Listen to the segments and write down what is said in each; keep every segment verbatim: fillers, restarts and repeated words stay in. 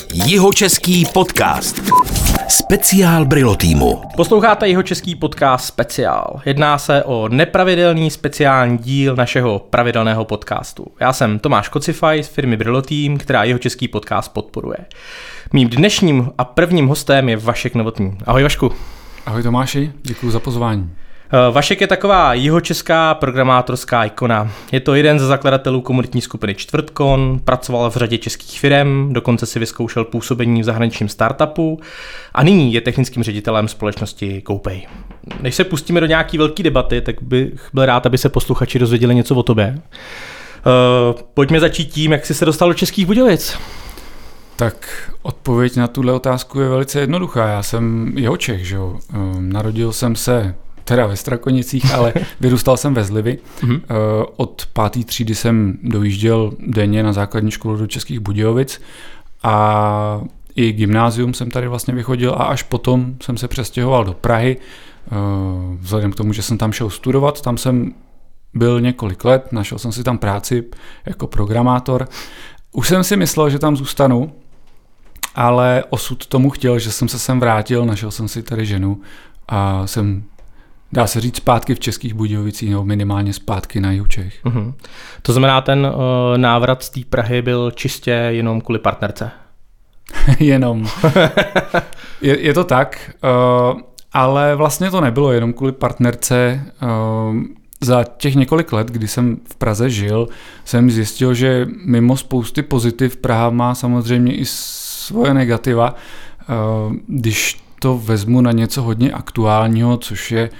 Jihočeský podcast. Speciál Brilo týmu. Posloucháte Jihočeský podcast Speciál. Jedná se o nepravidelný speciální díl našeho pravidelného podcastu. Já jsem Tomáš Kocifaj z firmy Brilo tým, která Jihočeský podcast podporuje. Mým dnešním a prvním hostem je Vašek Novotný. Ahoj Vašku. Ahoj Tomáši, děkuji za pozvání. Vašek je taková jihočeská programátorská ikona. Je to jeden ze zakladatelů komunitní skupiny Čtvrtkon, pracoval v řadě českých firem, dokonce si vyzkoušel působení v zahraničním startupu a nyní je technickým ředitelem společnosti GoPay. Než se pustíme do nějaký velké debaty, tak bych byl rád, aby se posluchači dozvěděli něco o tobě. Uh, pojďme začít tím, jak jsi se dostal do Českých Budějovic. Tak odpověď na tuhle otázku je velice jednoduchá. Já jsem Jihočech, že jo. Narodil jsem se teda ve Strakonicích, ale vyrůstal jsem ve Zlivi. Mm-hmm. Od páté třídy jsem dojížděl denně na základní školu do Českých Budějovic a i gymnázium jsem tady vlastně vychodil a až potom jsem se přestěhoval do Prahy. Vzhledem k tomu, že jsem tam šel studovat, tam jsem byl několik let, našel jsem si tam práci jako programátor. Už jsem si myslel, že tam zůstanu, ale osud tomu chtěl, že jsem se sem vrátil, našel jsem si tady ženu a jsem, dá se říct, zpátky v Českých Budějovicích, nebo minimálně zpátky na jihu Čech. Mm-hmm. To znamená, ten uh, návrat z té Prahy byl čistě jenom kvůli partnerce? jenom. je, je to tak, uh, ale vlastně to nebylo jenom kvůli partnerce. Uh, Za těch několik let, kdy jsem v Praze žil, jsem zjistil, že mimo spousty pozitiv Praha má samozřejmě i svoje negativa. Když to vezmu na něco hodně aktuálního, což je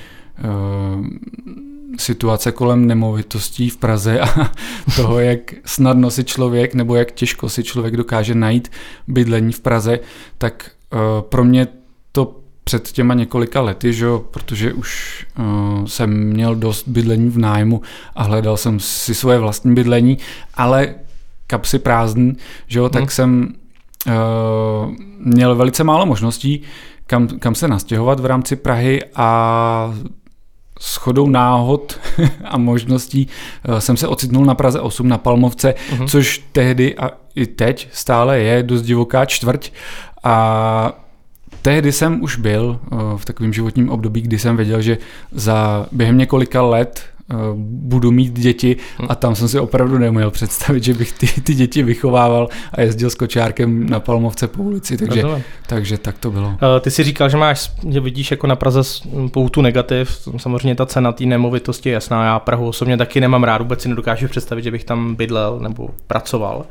situace kolem nemovitostí v Praze a toho, jak snadno si člověk nebo jak těžko si člověk dokáže najít bydlení v Praze, tak pro mě to před těma několika lety, že jo, protože už uh, jsem měl dost bydlení v nájmu a hledal jsem si svoje vlastní bydlení, ale kapsy prázdný, že jo, hmm. tak jsem uh, měl velice málo možností, kam, kam se nastěhovat v rámci Prahy a shodou náhod a možností uh, jsem se ocitnul na Praze osm na Palmovce, hmm. což tehdy a i teď stále je dost divoká čtvrť a tehdy jsem už byl v takovém životním období, kdy jsem věděl, že za během několika let budu mít děti a tam jsem si opravdu neměl představit, že bych ty, ty děti vychovával a jezdil s kočárkem na Palmovce po ulici, takže, takže tak to bylo. Ty si říkal, že máš, že vidíš jako na Praze spoustu negativ, samozřejmě ta cena té nemovitosti je jasná, já Prahu osobně taky nemám rád, vůbec si nedokážu představit, že bych tam bydlel nebo pracoval.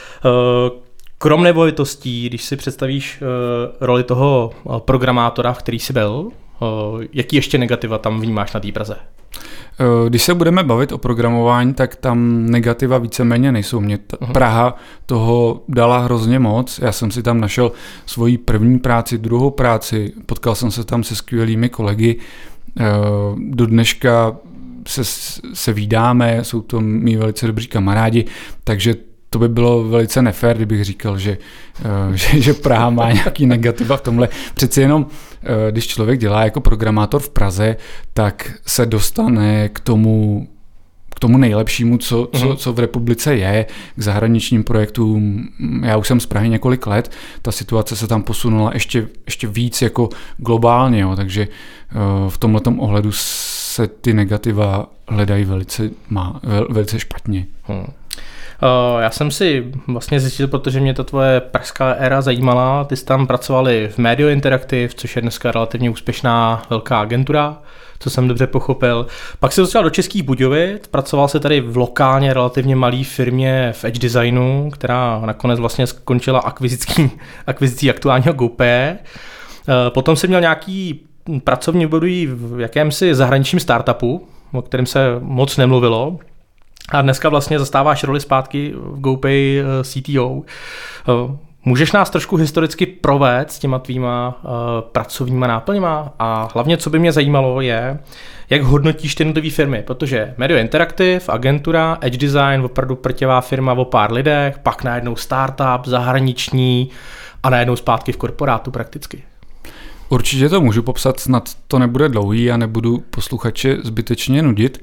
Krom nemovitostí, když si představíš uh, roli toho uh, programátora, v který jsi byl, uh, jaký ještě negativa tam vnímáš na té Praze? Když se budeme bavit o programování, tak tam negativa víceméně nejsou. Mě ta uh-huh. Praha toho dala hrozně moc. Já jsem si tam našel svoji první práci, druhou práci, potkal jsem se tam se skvělými kolegy. Uh, do dneška se, se vídáme, jsou to mý velice dobří kamarádi, takže to by bylo velice nefér, kdybych říkal, že, že, že Praha má nějaký negativa v tomhle. Přeci jenom, když člověk dělá jako programátor v Praze, tak se dostane k tomu, k tomu nejlepšímu, co, co, co v republice je, k zahraničním projektům. Já už jsem z Prahy několik let, ta situace se tam posunula ještě, ještě víc jako globálně, jo, takže v tomhletom ohledu se ty negativa hledají velice, má, velice špatně. Hmm. Já jsem si vlastně zjistil, protože mě ta tvoje pražská éra zajímala, ty jsi tam pracovali v Medio Interactive, což je dneska relativně úspěšná velká agentura, co jsem dobře pochopil. Pak jsi dostal do Českých Budějovic, pracoval se tady v lokálně relativně malé firmě v Edge Designu, která nakonec vlastně skončila akvizicí, akvizicí aktuálního GoPay. Potom jsem měl nějaký pracovní období v jakémsi zahraničním startupu, o kterém se moc nemluvilo. A dneska vlastně zastáváš roli zpátky v GoPay C T O. Můžeš nás trošku historicky provést s těma tvýma uh, pracovníma náplňma a hlavně, co by mě zajímalo, je, jak hodnotíš ty jednotlivé firmy, protože Medio Interactive, agentura, Edge Design, opravdu prťavá firma o pár lidech, pak najednou startup, zahraniční a najednou zpátky v korporátu prakticky. Určitě to můžu popsat, snad to nebude dlouhý a nebudu posluchače zbytečně nudit.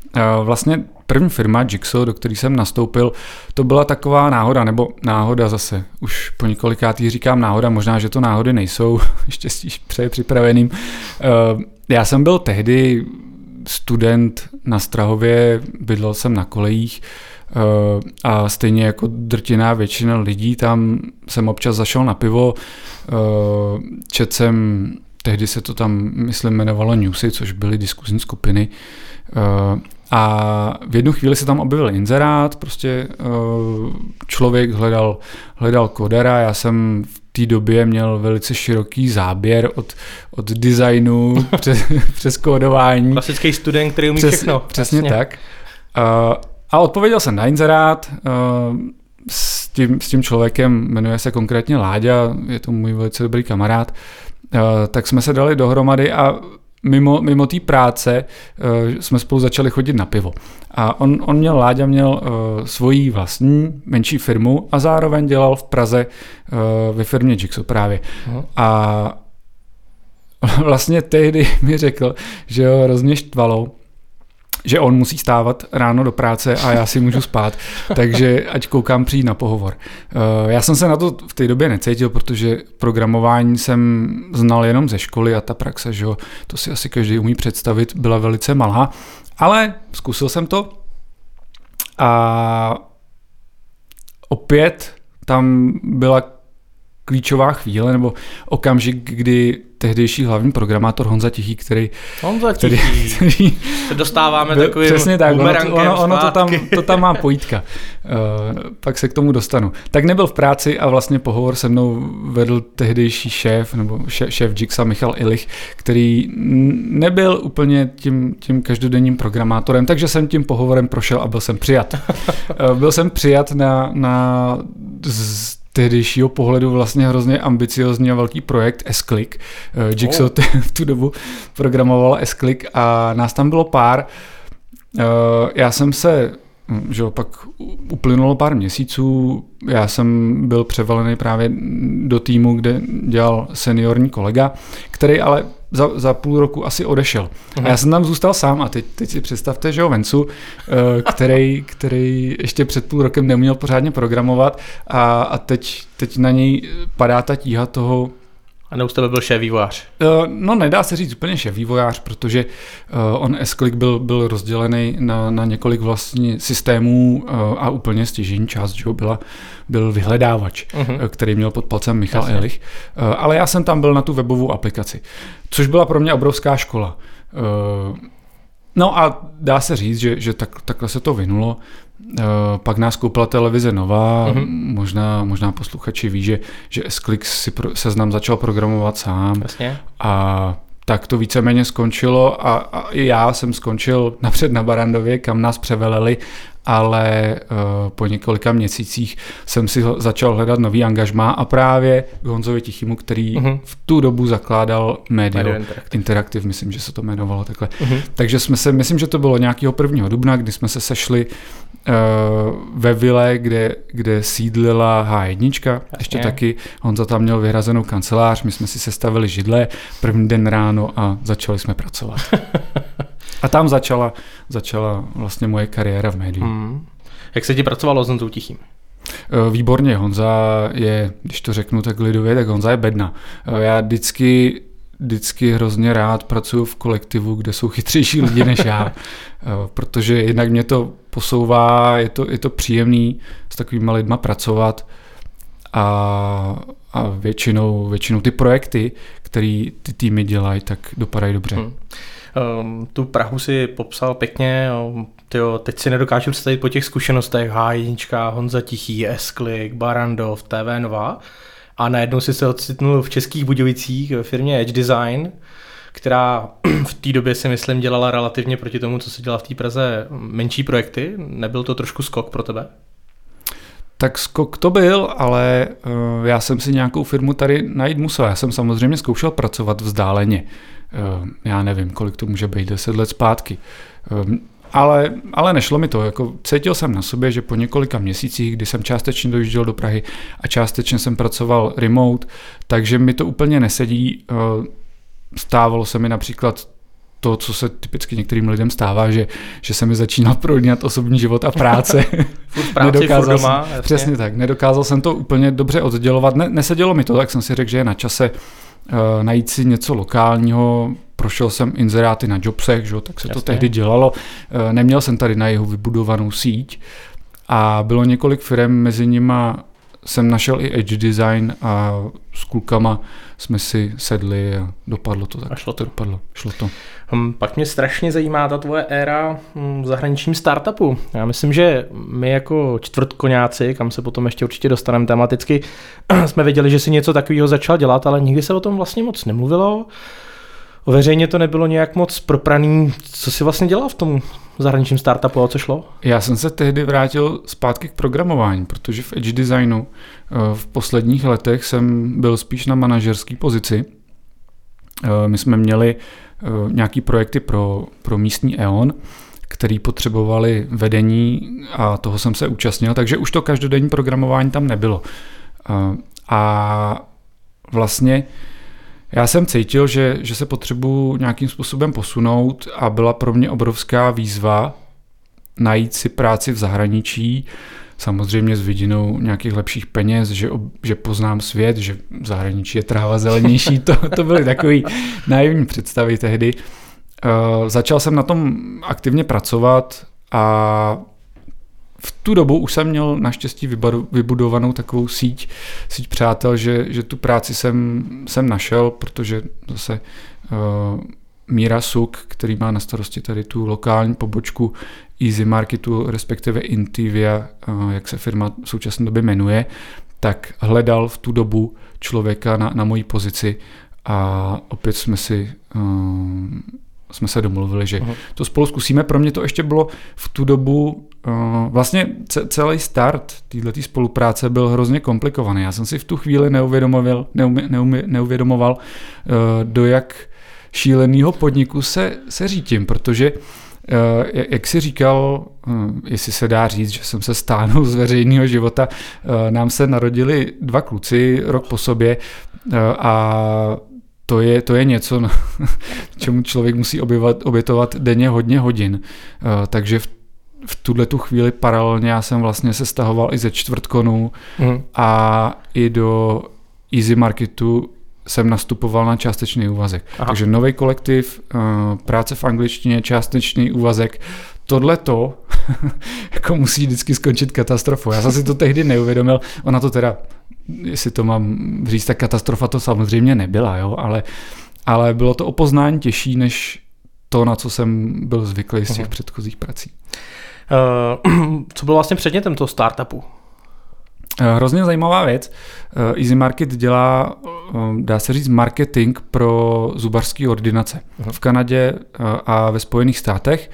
Vlastně první firma Jigsaw, do které jsem nastoupil, to byla taková náhoda, nebo náhoda zase, už po několikátý říkám náhoda, možná, že to náhody nejsou, štěstí přeje připraveným. Já jsem byl tehdy student na Strahově, bydlel jsem na kolejích a stejně jako drtiná většina lidí, tam jsem občas zašel na pivo, četl jsem, tehdy se to tam, myslím, jmenovalo Newsy, což byly diskuzní skupiny, a v jednu chvíli se tam objevil inzerát, prostě člověk hledal, hledal kodera, já jsem v té době měl velice široký záběr od, od designu přes, přes kódování. Klasický student, který umí Přes, všechno. Přesně jasně. tak. A odpověděl jsem na inzerát, s tím, s tím člověkem, jmenuje se konkrétně Láďa, je to můj velice dobrý kamarád, tak jsme se dali dohromady a mimo, mimo té práce jsme spolu začali chodit na pivo. A on, on měl, Láďa měl svoji vlastní menší firmu a zároveň dělal v Praze ve firmě Jigsaw právě. Aha. A vlastně tehdy mi řekl, že ho hrozně štvalo, že on musí stávat ráno do práce a já si můžu spát, takže ať koukám přijít na pohovor. Já jsem se na to v té době necítil, protože programování jsem znal jenom ze školy a ta praxe, že jo, to si asi každý umí představit, byla velice malá, ale zkusil jsem to a opět tam byla klíčová chvíle, nebo okamžik, kdy tehdejší hlavní programátor Honza Tichý, který... Honza Tichý. Který, který se dostáváme byl, takovým přesně tak, bumerangem ono, ono, ono to, tam, to tam má pojítka. Uh, pak se k tomu dostanu. Tak nebyl v práci a vlastně pohovor se mnou vedl tehdejší šéf, nebo šéf, šéf Jigsaw Michal Illich, který nebyl úplně tím, tím každodenním programátorem, takže jsem tím pohovorem prošel a byl jsem přijat. uh, byl jsem přijat na, na z, tehdejšího pohledu vlastně hrozně ambiciozní a velký projekt S-Click. Jigsaw oh. v tu dobu programoval S-Click a nás tam bylo pár. Já jsem se, že pak uplynulo pár měsíců, já jsem byl převalený právě do týmu, kde dělal seniorní kolega, který ale za, za půl roku asi odešel. Aha. A já jsem tam zůstal sám a teď, teď si představte, že jo, Vencu, který, který ještě před půl rokem neuměl pořádně programovat a, a teď, teď na něj padá ta tíha toho. A ne, u tebe byl šéf vývojář? No, nedá se říct úplně šéf vývojář, protože on S-Click byl, byl rozdělený na, na několik vlastně systémů a úplně stěžejní část, že byla, byl vyhledávač, uh-huh. který měl pod palcem Michal Jasně. Illich. Ale já jsem tam byl na tu webovou aplikaci, což byla pro mě obrovská škola. No a dá se říct, že, že tak, takhle se to vynulo. Uh, pak nás koupila televize Nova, uh-huh. možná, možná posluchači ví, že, že S-Click si pro, seznam začal programovat sám. Jasně. A tak to víceméně skončilo a, a i já jsem skončil napřed na Barandově, kam nás převeleli, ale uh, po několika měsících jsem si začal hledat nový angažmá a právě k Honzovi Tichému, který uh-huh. v tu dobu zakládal Medio, Medio Interactive. Interactive, myslím, že se to jmenovalo takhle. Uh-huh. Takže jsme se, myslím, že to bylo nějakého prvního dubna, kdy jsme se sešli uh, ve vile, kde, kde sídlila há jedna, Jasně. ještě taky. Honza tam měl vyhrazenou kancelář, my jsme si sestavili židle první den ráno a začali jsme pracovat. A tam začala, začala vlastně moje kariéra v médiu. Hmm. Jak se ti pracovalo s Honzou Tichým? Výborně, Honza je, když to řeknu tak lidově, tak Honza je bedna. Já vždycky, vždycky hrozně rád pracuji v kolektivu, kde jsou chytřejší lidi než já, protože jednak mě to posouvá, je to, je to příjemný s takovýma lidma pracovat a, a většinou, většinou ty projekty, které ty týmy dělají, tak dopadají dobře. Hmm. Um, tu Prahu si popsal pěkně, tyjo, teď si nedokážu představit po těch zkušenostech há jedna, Honza Tichý, S-Click, Barandov, T V Nova a najednou si se ocitnul v Českých Budějovicích ve firmě Edge Design, která v té době si myslím dělala relativně proti tomu, co se dělá v té Praze, menší projekty. Nebyl to trošku skok pro tebe? Tak skok to byl, ale uh, já jsem si nějakou firmu tady najít musel. Já jsem samozřejmě zkoušel pracovat vzdáleně. Uh, já nevím, kolik to může být, deset let zpátky. Uh, ale, ale nešlo mi to. Jako, cítil jsem na sobě, že po několika měsících, kdy jsem částečně dojížděl do Prahy a částečně jsem pracoval remote, takže mi to úplně nesedí. Uh, stávalo se mi například to, co se typicky některým lidem stává, že, že se mi začínal prolínat osobní život a práce. Furt práci, nedokázal furt doma. Jsem, přesně tak, nedokázal jsem to úplně dobře oddělovat. Ne, nesedělo mi to, tak jsem si řekl, že je na čase uh, najít si něco lokálního. Prošel jsem inzeráty na Jobsech, že, tak se Jasně. to tehdy dělalo. Uh, neměl jsem tady na jihu vybudovanou síť a bylo několik firem, mezi nima jsem našel i Edge Design a s klukama jsme si sedli a dopadlo to tak. A šlo to. Dopadlo, šlo to. Um, pak mě strašně zajímá ta tvoje éra v zahraničním startupu. Já myslím, že my jako čtvrtkoňáci, kam se potom ještě určitě dostaneme tematicky, jsme věděli, že si něco takového začal dělat, ale nikdy se o tom vlastně moc nemluvilo. Veřejně to nebylo nějak moc propraný. Co jsi vlastně dělal v tom zahraničním startupu, o co šlo? Já jsem se tehdy vrátil zpátky k programování, protože v Edge Designu v posledních letech jsem byl spíš na manažerské pozici. My jsme měli nějaký projekty pro, pro místní E O N, který potřebovali vedení a toho jsem se účastnil, takže už to každodenní programování tam nebylo. A vlastně já jsem cítil, že, že se potřebuji nějakým způsobem posunout a byla pro mě obrovská výzva najít si práci v zahraničí, samozřejmě s vidinou nějakých lepších peněz, že, že poznám svět, že v zahraničí je tráva zelenější, to, to byly takový naivní představy tehdy. Uh, začal jsem na tom aktivně pracovat a v tu dobu už jsem měl naštěstí vybudovanou takovou síť, síť přátel, že, že tu práci jsem, jsem našel, protože zase uh, Míra Suk, který má na starosti tady tu lokální pobočku Easy Marketu, respektive Intivia, uh, jak se firma v současné době jmenuje, tak hledal v tu dobu člověka na, na mojí pozici a opět jsme si... Uh, jsme se domluvili, že uh-huh. to spolu zkusíme. Pro mě to ještě bylo v tu dobu, uh, vlastně c- celý start této spolupráce byl hrozně komplikovaný. Já jsem si v tu chvíli neuvědomoval, neumi, neumi, neuvědomoval uh, do jak šílenýho podniku se, se řítím, protože uh, jak si říkal, uh, jestli se dá říct, že jsem se stáhnul z veřejného života, uh, nám se narodili dva kluci rok po sobě uh, a To je, to je něco, no, čemu člověk musí oběvat, obětovat denně hodně hodin. Uh, takže v, v tuhletu chvíli paralelně já jsem vlastně se stahoval i ze čtvrtkonu mm. a i do Easy Marketu jsem nastupoval na částečný úvazek. Aha. Takže nový kolektiv, uh, práce v angličtině, částečný úvazek. Tohleto jako musí vždycky skončit katastrofou. Já jsem si to tehdy neuvědomil. Ona to teda, jestli to mám říct, tak katastrofa to samozřejmě nebyla, jo? Ale, ale bylo to o poznání těžší, než to, na co jsem byl zvyklý z těch uh-huh. předchozích prací. Uh, co bylo vlastně předmětem toho startupu? Hrozně zajímavá věc. Easy Market dělá, dá se říct, marketing pro zubařské ordinace uh-huh. v Kanadě a ve Spojených státech.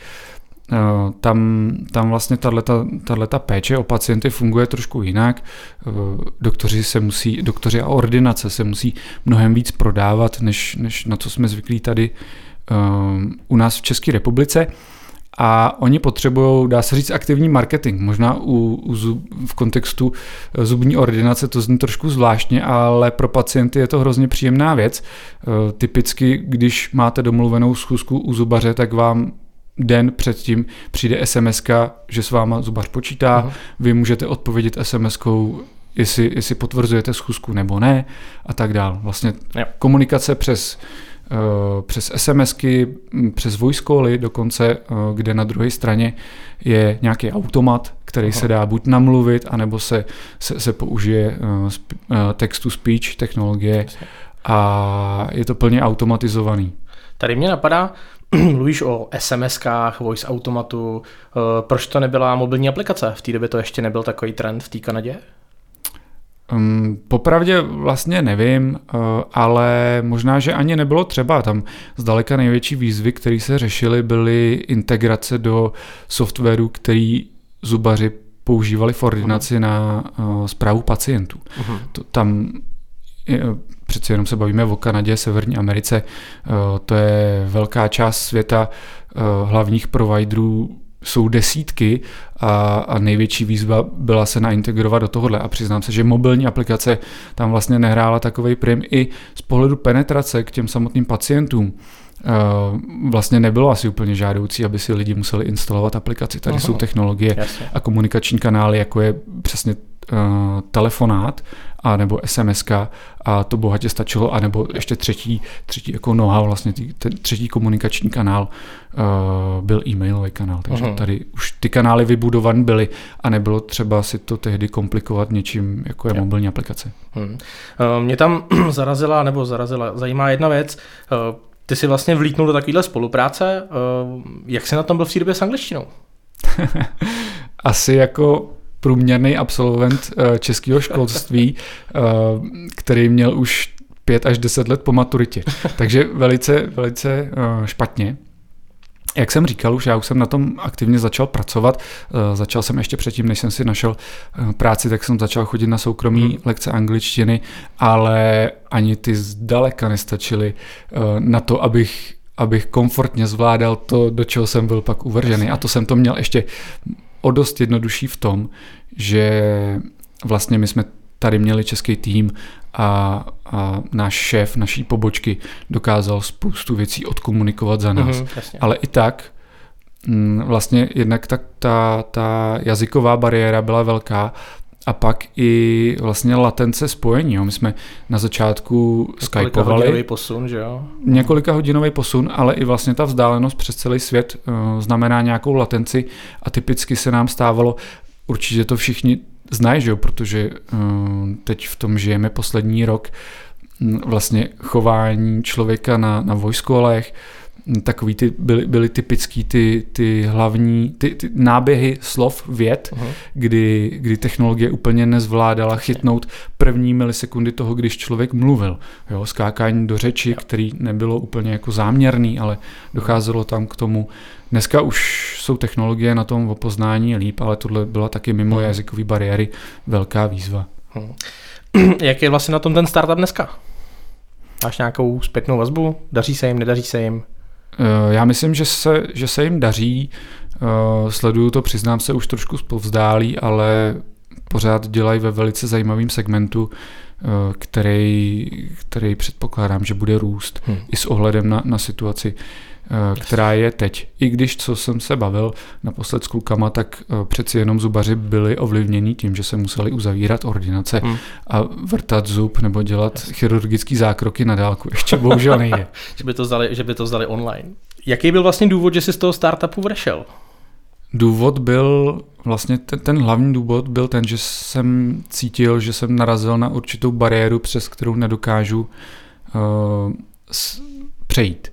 Tam, tam vlastně tato péče o pacienty funguje trošku jinak. Doktoři se musí, doktoři a ordinace se musí mnohem víc prodávat, než, než na co jsme zvyklí tady um, u nás v České republice. A oni potřebují, dá se říct, aktivní marketing. Možná u, u zub, v kontextu zubní ordinace to zní trošku zvláštně, ale pro pacienty je to hrozně příjemná věc. Typicky, když máte domluvenou schůzku u zubaře, tak vám den předtím přijde es em eska, že s váma zubař počítá, uh-huh. vy můžete odpovědět es em eskou, jestli, jestli potvrzujete schůzku nebo ne a tak dál. Vlastně jo. komunikace přes, uh, přes SMSky, přes voice cally dokonce, uh, kde na druhé straně je nějaký automat, který uh-huh. se dá buď namluvit, anebo se, se, se použije uh, sp- uh, text-to-speech technologie a je to plně automatizovaný. Tady mě napadá, mluvíš o es em eskách, voice automatu, proč to nebyla mobilní aplikace? V té době to ještě nebyl takový trend v té Kanadě? Um, popravdě vlastně nevím, uh, ale možná, že ani nebylo třeba. Tam zdaleka největší výzvy, které se řešily, byly integrace do softwaru, který zubaři používali v ordinaci uh-huh. na uh, správu pacientů. Uh-huh. To, tam přeci jenom se bavíme o Kanadě, Severní Americe, to je velká část světa, hlavních providerů jsou desítky a, a největší výzva byla se naintegrovat do tohohle a přiznám se, že mobilní aplikace tam vlastně nehrála takovej prim i z pohledu penetrace k těm samotným pacientům. vlastně nebylo asi úplně žádoucí, aby si lidi museli instalovat aplikaci. Tady Aha. jsou technologie Jasně. a komunikační kanály, jako je přesně uh, telefonát a nebo es em eska a to bohatě stačilo, a nebo ještě třetí, třetí jako know-how, vlastně tý, ten třetí komunikační kanál uh, byl e-mailový kanál, takže Aha. tady už ty kanály vybudované byly a nebylo třeba si to tehdy komplikovat něčím, jako je ja. mobilní aplikace. Hmm. Uh, mě tam zarazila, nebo zarazila, zajímá jedna věc, uh, ty jsi vlastně vlítnul do takovéhle spolupráce, uh, jak jsi na tom byl v té době s angličtinou? Asi jako průměrný absolvent českého školství, který měl už pět až deset let po maturitě. Takže velice, velice špatně. Jak jsem říkal už, já už jsem na tom aktivně začal pracovat. Začal jsem ještě předtím, než jsem si našel práci, tak jsem začal chodit na soukromý hmm. lekce angličtiny, ale ani ty zdaleka nestačily na to, abych abych komfortně zvládal to, do čeho jsem byl pak uvržený. A to jsem to měl ještě o dost jednodušší v tom, že vlastně my jsme tady měli český tým a, a náš šéf naší pobočky dokázal spoustu věcí odkomunikovat za nás. Mm-hmm, Ale i tak vlastně jednak tak ta, ta jazyková bariéra byla velká a pak i vlastně latence spojení. Jo. My jsme na začátku skypovali. Hodinový posun, že jo? Několika hodinový posun, ale i vlastně ta vzdálenost přes celý svět uh, znamená nějakou latenci a typicky se nám stávalo, určitě to všichni znají, že jo, protože uh, teď v tom žijeme poslední rok, vlastně chování člověka na, na vojskolech, takový ty, byly, byly typický ty, ty hlavní, ty, ty náběhy slov vět, uh-huh. kdy, kdy technologie úplně nezvládala chytnout první milisekundy toho, když člověk mluvil. Jo, skákání do řeči, jo. který nebylo úplně jako záměrný, ale docházelo tam k tomu. Dneska už jsou technologie na tom o poznání líp, ale tohle byla taky mimo uh-huh. jazykové bariéry velká výzva. Uh-huh. Jak je vlastně na tom ten startup dneska? Máš nějakou zpětnou vazbu? Daří se jim, nedaří se jim? Já myslím, že se, že se jim daří, sleduju to, přiznám se, už trošku zpovzdálí, ale pořád dělají ve velice zajímavém segmentu, který, který předpokládám, že bude růst hmm. i s ohledem na, na situaci, která je teď. I když, co jsem se bavil naposled s klukama, tak přeci jenom zubaři byli ovlivněni tím, že se museli uzavírat ordinace hmm. a vrtat zub nebo dělat chirurgické zákroky na dálku. Ještě bohužel nejde. že, by to vzali, že by to vzali online. Jaký byl vlastně důvod, že jsi z toho startupu odešel? Důvod byl, vlastně ten, ten hlavní důvod byl ten, že jsem cítil, že jsem narazil na určitou bariéru, přes kterou nedokážu uh, s, přejít.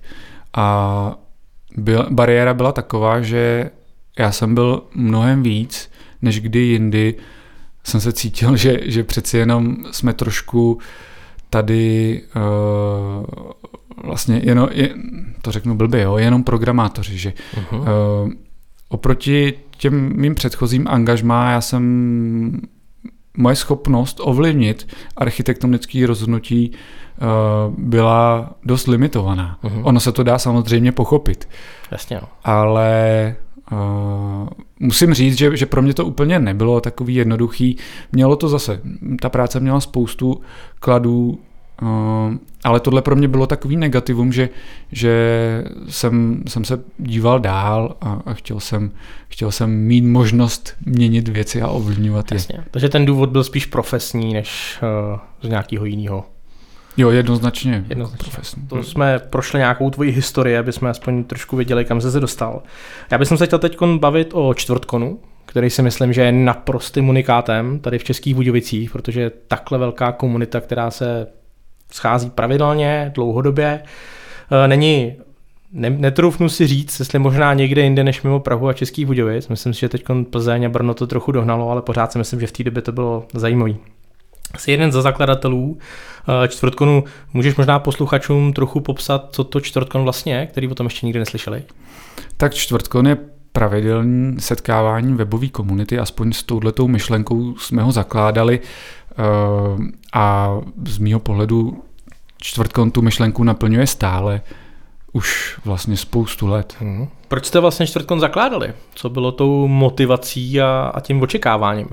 A byl, bariéra byla taková, že já jsem byl mnohem víc, než kdy jindy jsem se cítil, že, že přeci jenom jsme trošku tady uh, vlastně jenom, je, to řeknu blbě, jo, jenom programátoři, že uh-huh. uh, oproti těm mým předchozím angažmá já jsem moje schopnost ovlivnit architektonické rozhodnutí uh, byla dost limitovaná. Uh-huh. Ono se to dá samozřejmě pochopit. Jasně. No. Ale uh, musím říct, že, že pro mě to úplně nebylo takový jednoduchý. Mělo to zase, ta práce měla spoustu kladů, uh, ale tohle pro mě bylo takový negativum, že, že jsem, jsem se díval dál a, a chtěl, jsem, chtěl jsem mít možnost měnit věci a ovlivňovat je. Jasně. Takže ten důvod byl spíš profesní, než uh, z nějakého jiného. Jo, jednoznačně. jednoznačně. Profesní. To jsme prošli nějakou tvoji historii, aby jsme aspoň trošku věděli, kam jsi se dostal. Já bych se chtěl teď bavit o čtvrtkonu, který si myslím, že je naprostým unikátem tady v Českých Budějovicích, protože je takhle velká komunita, která se schází pravidelně, dlouhodobě. Není, ne, netroufnu si říct, jestli možná někde jinde než mimo Prahu a Českých Budějovic. Myslím si, že teď Plzeň a Brno to trochu dohnalo, ale pořád si myslím, že v té době to bylo zajímavý. Jsi jeden ze zakladatelů čtvrtkonu. Můžeš možná posluchačům trochu popsat, co to čtvrtkon vlastně je, který o tom ještě nikdy neslyšeli? Tak čtvrtkon je pravidelné setkávání webové komunity, aspoň s touhletou myšlenkou jsme ho zakládali a z mýho pohledu čtvrtkon tu myšlenku naplňuje stále už vlastně spoustu let. Hmm. Proč jste vlastně čtvrtkon zakládali? Co bylo tou motivací a, a tím očekáváním?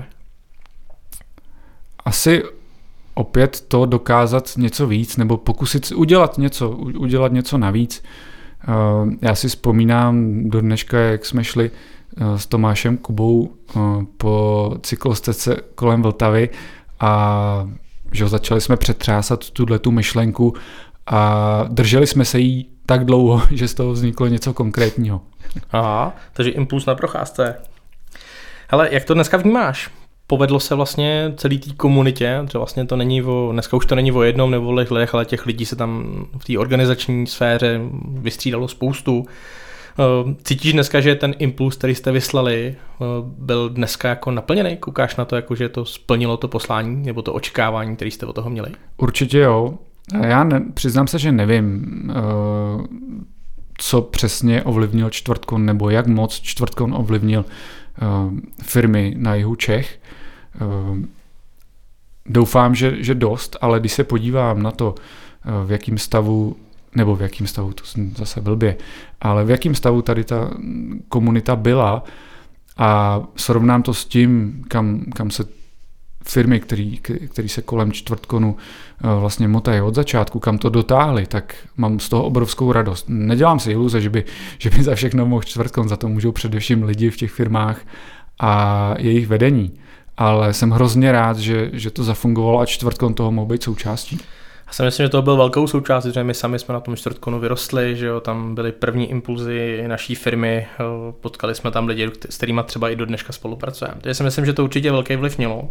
Asi opět to dokázat něco víc, nebo pokusit udělat něco, udělat něco navíc. Já si vzpomínám do dneška, jak jsme šli s Tomášem Kubou po cyklostece kolem Vltavy a že začali jsme přetřásat tuhletu myšlenku a drželi jsme se jí tak dlouho, že z toho vzniklo něco konkrétního. Aha, takže impuls na procházce. Hele, jak to dneska vnímáš? Povedlo se vlastně celý té komunitě, že vlastně to není o, dneska už to není o jednom nebo o lidech, ale těch lidí se tam v té organizační sféře vystřídalo spoustu. Cítíš dneska, že ten impuls, který jste vyslali, byl dneska jako naplněný? Koukáš na to, jako že to splnilo to poslání nebo to očekávání, který jste od toho měli? Určitě jo. Já ne, přiznám se, že nevím, co přesně ovlivnil Čtvrtkon nebo jak moc Čtvrtkon ovlivnil firmy na jihu Čech. Doufám, že, že dost, ale když se podívám na to, v jakém stavu, nebo v jakém stavu, to jsem zase blbě, ale v jakém stavu tady ta komunita byla a srovnám to s tím, kam, kam se firmy, který, který se kolem Čtvrtkonu vlastně motají od začátku, kam to dotáhli, tak mám z toho obrovskou radost. Nedělám si iluze, že by, že by za všechno mohl Čtvrtkon, za to můžou především lidi v těch firmách a jejich vedení. Ale jsem hrozně rád, že, že to zafungovalo a Čtvrtkon toho mohl být součástí. Já si myslím, že to byl velkou součástí, že my sami jsme na tom Čtvrtkonu vyrostli, že jo, tam byly první impulzy naší firmy, potkali jsme tam lidi, s kterými třeba i do dneška spolupracujeme. Takže si myslím, že to určitě velký vliv mělo.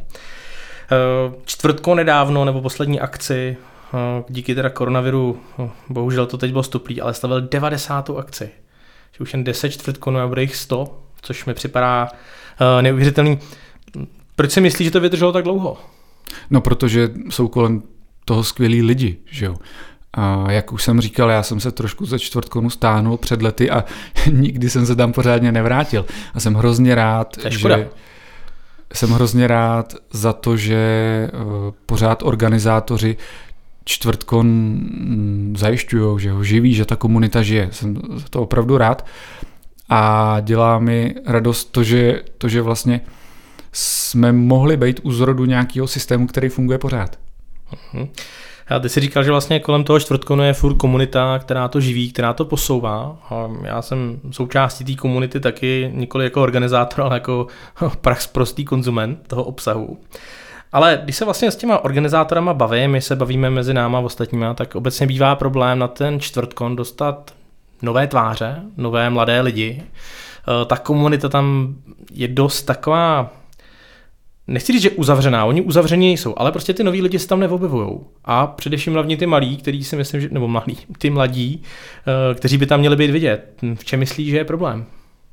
Čtvrtkon nedávno, nebo poslední akci, díky teda koronaviru, bohužel to teď bylo stuplý, ale stavil devadesátou akci. Že už jen deset Čtvrtkonů a bude jich sto, což mi připadá neuvěřitelný. Proč si myslíš, že to vydrželo tak dlouho? No, protože jsou kolem toho skvělí lidi, že jo. A jak už jsem říkal, já jsem se trošku ze Čtvrtkonu stáhnul před lety a nikdy jsem se tam pořádně nevrátil. A jsem hrozně rád, že jsem hrozně rád za to, že pořád organizátoři Čtvrtkon zajišťujou, že ho živí, že ta komunita žije. Jsem za to opravdu rád a dělá mi radost to, že, to, že vlastně jsme mohli být u zrodu nějakého systému, který funguje pořád. Uh-huh. A ty jsi říkal, že vlastně kolem toho Čtvrtkonu je furt komunita, která to živí, která to posouvá. A já jsem součástí té komunity taky, nikoli jako organizátor, ale jako prostý konzument toho obsahu. Ale když se vlastně s těma organizátorama bavím, my se bavíme mezi náma a ostatníma, tak obecně bývá problém na ten Čtvrtkon dostat nové tváře, nové mladé lidi. Ta komunita tam je dost taková, nechci říct, že uzavřená, oni uzavření jsou, ale prostě ty noví lidi se tam neobjevujou. A především hlavně ty malí, kteří si myslím, že, nebo mladí, ty mladí, kteří by tam měli být vidět. V čem myslíš, že je problém?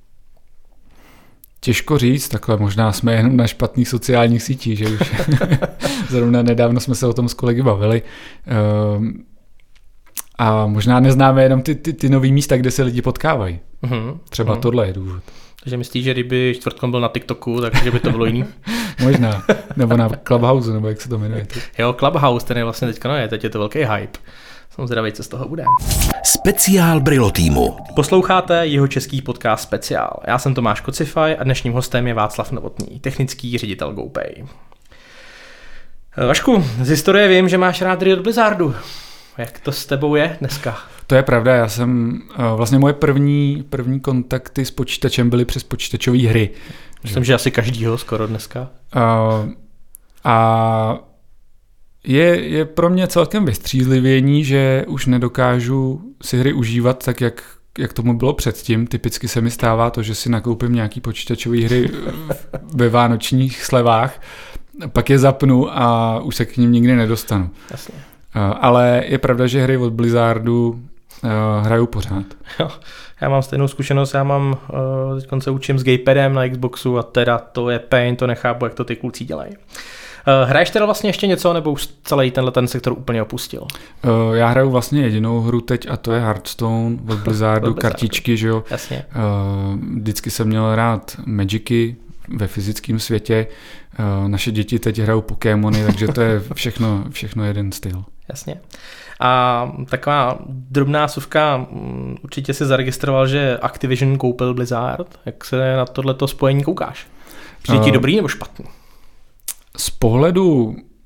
Těžko říct, takhle možná jsme jenom na špatných sociálních sítích, že už zrovna nedávno jsme se o tom s kolegy bavili. A možná neznáme jenom ty, ty, ty nový místa, kde se lidi potkávají. Uh-huh. Třeba uh-huh. tohle je důvod. Takže myslíš, že kdyby Čtvrtkon byl na TikToku, takže by to bylo jiný? Možná. Nebo na Clubhouse, nebo jak se to jmenuje. Jo, Clubhouse, ten je vlastně teďka, no je, teď je to velký hype. Jsem zdravý, co z toho bude. Speciál Brilo týmu. Posloucháte jeho český podcast Speciál. Já jsem Tomáš Kocifaj a dnešním hostem je Václav Novotný, technický ředitel GoPay. Vašku, z historie vím, že máš rád hry od Blizzardu. Jak to s tebou je dneska? To je pravda, já jsem, vlastně moje první, první kontakty s počítačem byly přes počítačové hry. Myslím, že asi každýho skoro dneska. A, a je, je pro mě celkem vystřízlivění, že už nedokážu si hry užívat tak, jak, jak tomu bylo předtím. Typicky se mi stává to, že si nakoupím nějaký počítačové hry ve vánočních slevách, pak je zapnu a už se k ním nikdy nedostanu. Jasně. Ale je pravda, že hry od Blizzardu uh, hraju pořád. Jo, já mám stejnou zkušenost, já mám, uh, teď se učím s gamepadem na Xboxu a teda to je pain, to nechápu, jak to ty kluci dělají. Uh, hraješ teda vlastně ještě něco, nebo už celý tenhle ten sektor úplně opustil? Uh, já hraju vlastně jedinou hru teď a to je Hearthstone od Blizzardu, kartičky, že jo. Jasně. Uh, vždycky jsem měl rád Magicy ve fyzickém světě. Uh, naše děti teď hrajou Pokémony, takže to je všechno, všechno jeden styl. Jasně. A taková drobná suvka, určitě si zaregistroval, že Activision koupil Blizzard. Jak se na tohleto spojení koukáš? Přijde ti uh, dobrý nebo špatný? Z pohledu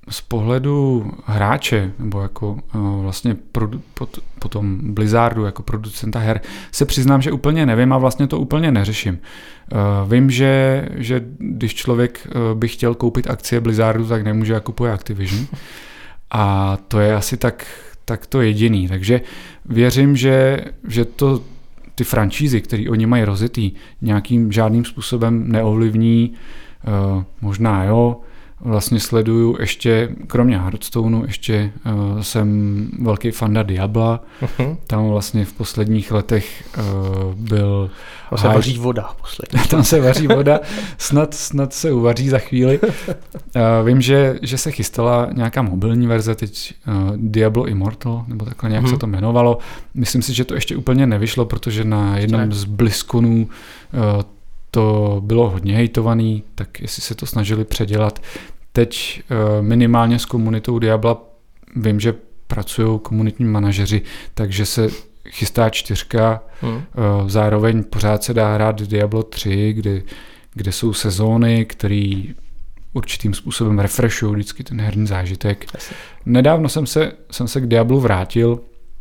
z pohledu hráče, nebo jako uh, vlastně produ- pot, potom Blizzardu jako producenta her, se přiznám, že úplně nevím a vlastně to úplně neřeším. Uh, vím, že, že když člověk uh, by chtěl koupit akcie Blizzardu, tak nemůže, a kupuje Activision. A to je asi tak, tak to jediný. Takže věřím, že, že to ty franšízy, které oni mají rozjetý, nějakým žádným způsobem neovlivní. Uh, možná jo, vlastně sleduju ještě, kromě Hearthstoneu, ještě uh, jsem velký fanda Diabla. Uh-huh. Tam vlastně v posledních letech uh, byl... Tam se vaří voda. Poslední. Tam se vaří voda, snad, snad se uvaří za chvíli. Uh, vím, že, že se chystala nějaká mobilní verze, teď uh, Diablo Immortal, nebo takhle nějak uh-huh. se to jmenovalo. Myslím si, že to ještě úplně nevyšlo, protože na jednom z BlizzConů uh, to bylo hodně hejtovaný, tak jestli se to snažili předělat. Teď minimálně s komunitou Diabla vím, že pracují komunitní manažeři, takže se chystá čtyřka. Hmm. Zároveň pořád se dá hrát Diablo tři, kde, kde jsou sezóny, které určitým způsobem refreshují vždycky ten herní zážitek. Asi. Nedávno jsem se, jsem se k Diablu vrátil,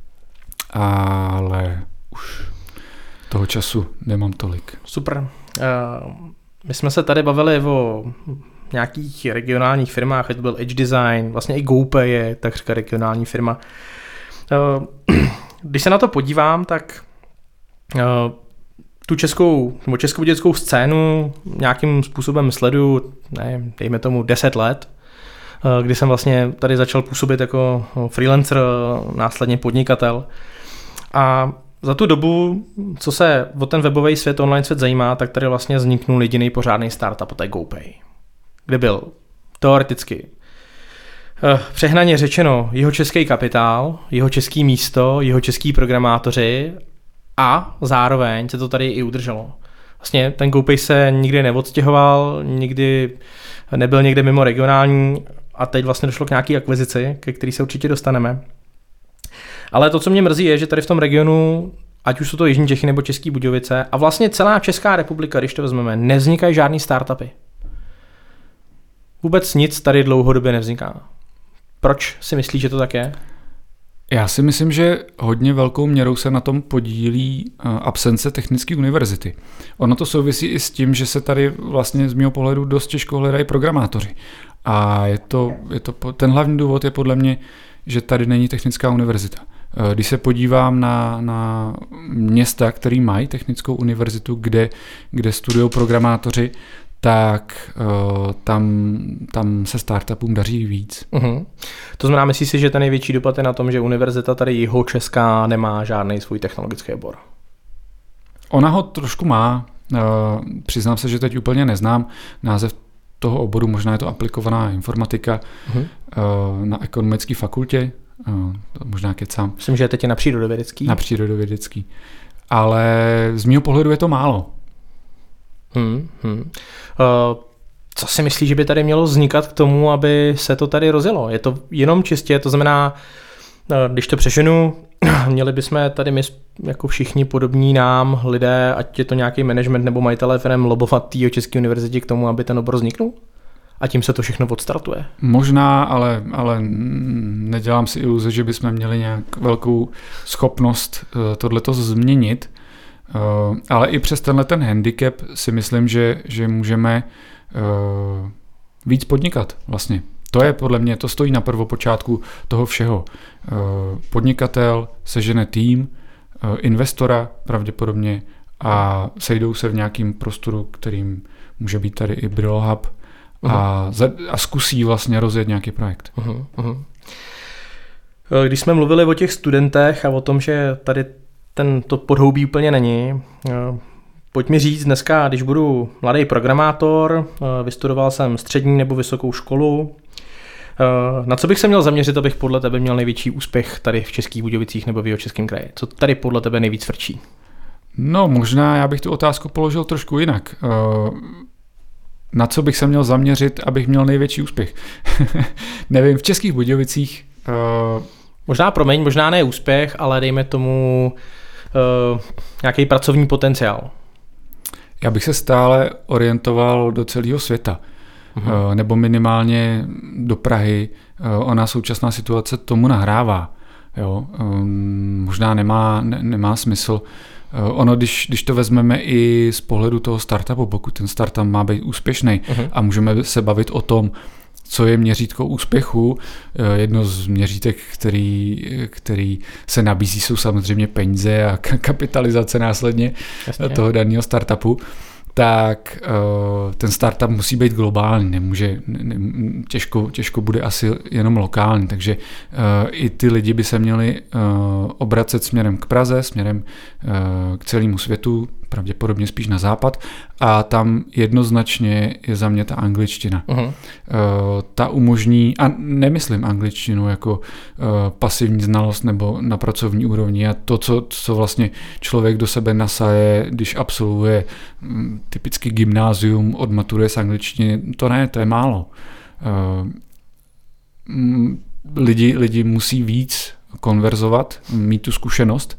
ale už toho času nemám tolik. Super. Uh, my jsme se tady bavili o nějakých regionálních firmách, ať to byl Edge Design, vlastně i GoPay je takřka regionální firma. Uh, když se na to podívám, tak uh, tu českou nebo českobudějskou scénu nějakým způsobem sleduju, ne, dejme tomu deset let, uh, kdy jsem vlastně tady začal působit jako freelancer, následně podnikatel. A za tu dobu, co se o ten webový svět, online svět zajímá, tak tady vlastně vzniknul jediný pořádný startup, a to je GoPay. Kde byl teoreticky přehnaně řečeno jeho český kapitál, jeho český místo, jeho český programátoři a zároveň se to tady i udrželo. Vlastně ten GoPay se nikdy neodstěhoval, nikdy nebyl někde mimo regionální a teď vlastně došlo k nějaký akvizici, ke který se určitě dostaneme. Ale to, co mě mrzí, je, že tady v tom regionu, ať už jsou to Jižní Čechy nebo Český Budějovice, a vlastně celá Česká republika, když to vezmeme, nevznikají žádný startupy. Vůbec nic tady dlouhodobě nevzniká. Proč si myslíš, že to tak je? Já si myslím, že hodně velkou měrou se na tom podílí absence technické univerzity. Ono to souvisí i s tím, že se tady vlastně z mého pohledu dost těžko hledají programátoři. A je to, je to, ten hlavní důvod je podle mě, že tady není technická univerzita. Když se podívám na, na města, které mají technickou univerzitu, kde, kde studují programátoři, tak uh, tam, tam se startupům daří víc. Uh-huh. To znamená, myslíš si, že ten největší dopad je na tom, že univerzita tady jihočeská nemá žádný svůj technologický obor? Ona ho trošku má. Uh, přiznám se, že teď úplně neznám název toho oboru, možná je to aplikovaná informatika uh-huh. uh, na ekonomické fakultě. Uh, možná kecám. Myslím, že teď je na přírodovědecký. Na přírodovědecký. Ale z mého pohledu je to málo. Hmm, hmm. Uh, co si myslíš, že by tady mělo vznikat k tomu, aby se to tady rozjelo? Je to jenom čistě, to znamená, uh, když to přeženu, měli bychom tady my jako všichni podobní nám lidé, ať je to nějaký management nebo majitelé firem, lobovat tý České univerzitě k tomu, aby ten obor vzniknul? A tím se to všechno odstartuje? Možná, ale, ale nedělám si iluze, že bychom měli nějak velkou schopnost uh, tohleto změnit. Uh, ale i přes tenhle ten handicap si myslím, že, že můžeme uh, víc podnikat vlastně. To je podle mě, to stojí na prvopočátku toho všeho. Uh, podnikatel sežene tým, uh, investora pravděpodobně a sejdou se v nějakým prostoru, kterým může být tady i Brillo Hub uh-huh. a, za, a zkusí vlastně rozjet nějaký projekt. Uh-huh, uh-huh. Když jsme mluvili o těch studentech a o tom, že tady ten to podhoubí úplně není. Pojď mi říct dneska, když budu mladý programátor, vystudoval jsem střední nebo vysokou školu, na co bych se měl zaměřit, abych podle tebe měl největší úspěch tady v Českých Budějovicích nebo v Jihočeském kraji? Co tady podle tebe nejvíc frčí? No možná já bych tu otázku položil trošku jinak. Na co bych se měl zaměřit, abych měl největší úspěch? Nevím, v Českých Budějovicích... Možná promiň, možná ne úspěch, ale dejme tomu uh, nějaký pracovní potenciál. Já bych se stále orientoval do celého světa. uh-huh. nebo minimálně do Prahy. Ona současná situace tomu nahrává. Jo? Možná nemá, ne, nemá smysl. Ono, když, když to vezmeme i z pohledu toho startupu, pokud ten startup má být úspěšný uh-huh. a můžeme se bavit o tom, co je měřítko úspěchu. Jedno z měřítek, který, který se nabízí, jsou samozřejmě peníze a kapitalizace následně Jasně. toho daného startupu. Tak ten startup musí být globální, nemůže, ne, těžko, těžko bude asi jenom lokální, takže i ty lidi by se měli obracet směrem k Praze, směrem k celému světu, pravděpodobně spíš na západ, a tam jednoznačně je za mě ta angličtina. Uh-huh. Ta umožní, a nemyslím angličtinu jako pasivní znalost nebo na pracovní úrovni, a to, co, co vlastně člověk do sebe nasaje, když absolvuje typicky gymnázium, odmaturuje z angličtiny, to ne, to je málo. Lidi, lidi musí víc konverzovat, mít tu zkušenost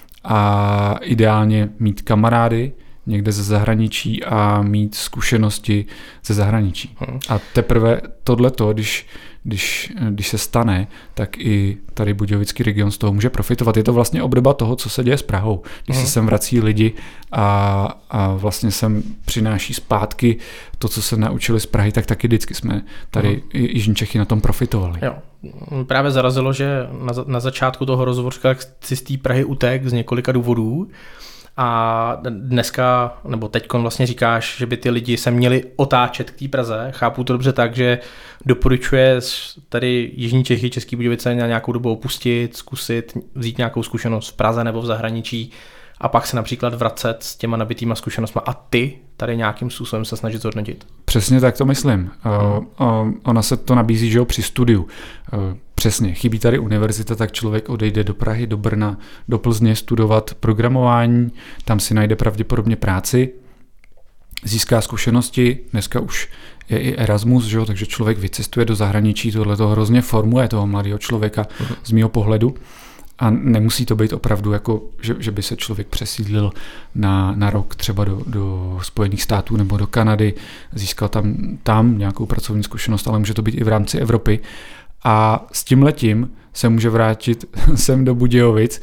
a ideálně mít kamarády někde ze zahraničí a mít zkušenosti ze zahraničí. Hmm. A teprve tohleto, když, když, když se stane, tak i tady Budějovický region z toho může profitovat. Je to vlastně obdoba toho, co se děje s Prahou. Když hmm. se sem vrací lidi a, a vlastně sem přináší zpátky to, co se naučili z Prahy, tak taky vždycky jsme tady hmm. i Jižní Čechy na tom profitovali. Jo. Právě zarazilo, že na, na začátku toho rozhovoru říkal, jak si z té Prahy utek z několika důvodů. A dneska, nebo teďkon vlastně říkáš, že by ty lidi se měli otáčet k té Praze. Chápu to dobře tak, že doporučuje tady Jižní Čechy, Český Budějovice na nějakou dobu opustit, zkusit vzít nějakou zkušenost v Praze nebo v zahraničí a pak se například vracet s těma nabitýma zkušenostmi a ty tady nějakým způsobem se snažit zhodnotit. Přesně tak to myslím. Hmm. Uh, ona se to nabízí, že jo, při studiu. Uh, přesně, chybí tady univerzita, tak člověk odejde do Prahy, do Brna, do Plzně studovat programování, tam si najde pravděpodobně práci, získá zkušenosti, dneska už je i Erasmus, že jo, takže člověk vycestuje do zahraničí, tohle to hrozně formuje toho mladého člověka hmm. z mýho pohledu. A nemusí to být opravdu, jako, že, že by se člověk přesídlil na, na rok třeba do, do Spojených států nebo do Kanady, získal tam, tam nějakou pracovní zkušenost, ale může to být i v rámci Evropy. A s tímhletím se může vrátit sem do Budějovic,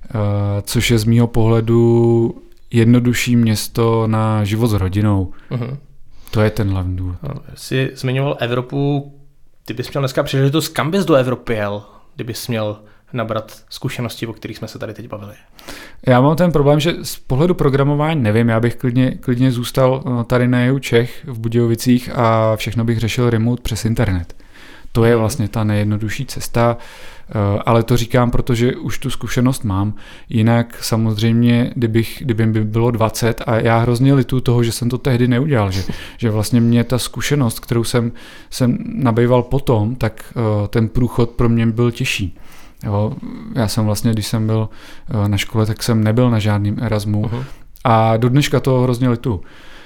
což je z mýho pohledu jednodušší město na život s rodinou. Uh-huh. To je ten hlavní důvod. No, jsi zmiňoval Evropu, ty bys měl dneska příležitost, kam bys do Evropy jel, kdybys měl nabrat zkušenosti, o kterých jsme se tady teď bavili? Já mám ten problém, že z pohledu programování nevím, já bych klidně, klidně zůstal tady na jihu Čech v Budějovicích a všechno bych řešil remote přes internet. To je vlastně ta nejjednodušší cesta, ale to říkám, protože už tu zkušenost mám. Jinak samozřejmě, kdybych, kdyby mi bylo dvacet a já hrozně lituju toho, že jsem to tehdy neudělal, že, že vlastně mě ta zkušenost, kterou jsem, jsem nabýval potom, tak ten průchod pro mě byl těžší. Jo, já jsem vlastně, když jsem byl na škole, tak jsem nebyl na žádným Erasmu uh-huh. a do dneška to hrozně lituju.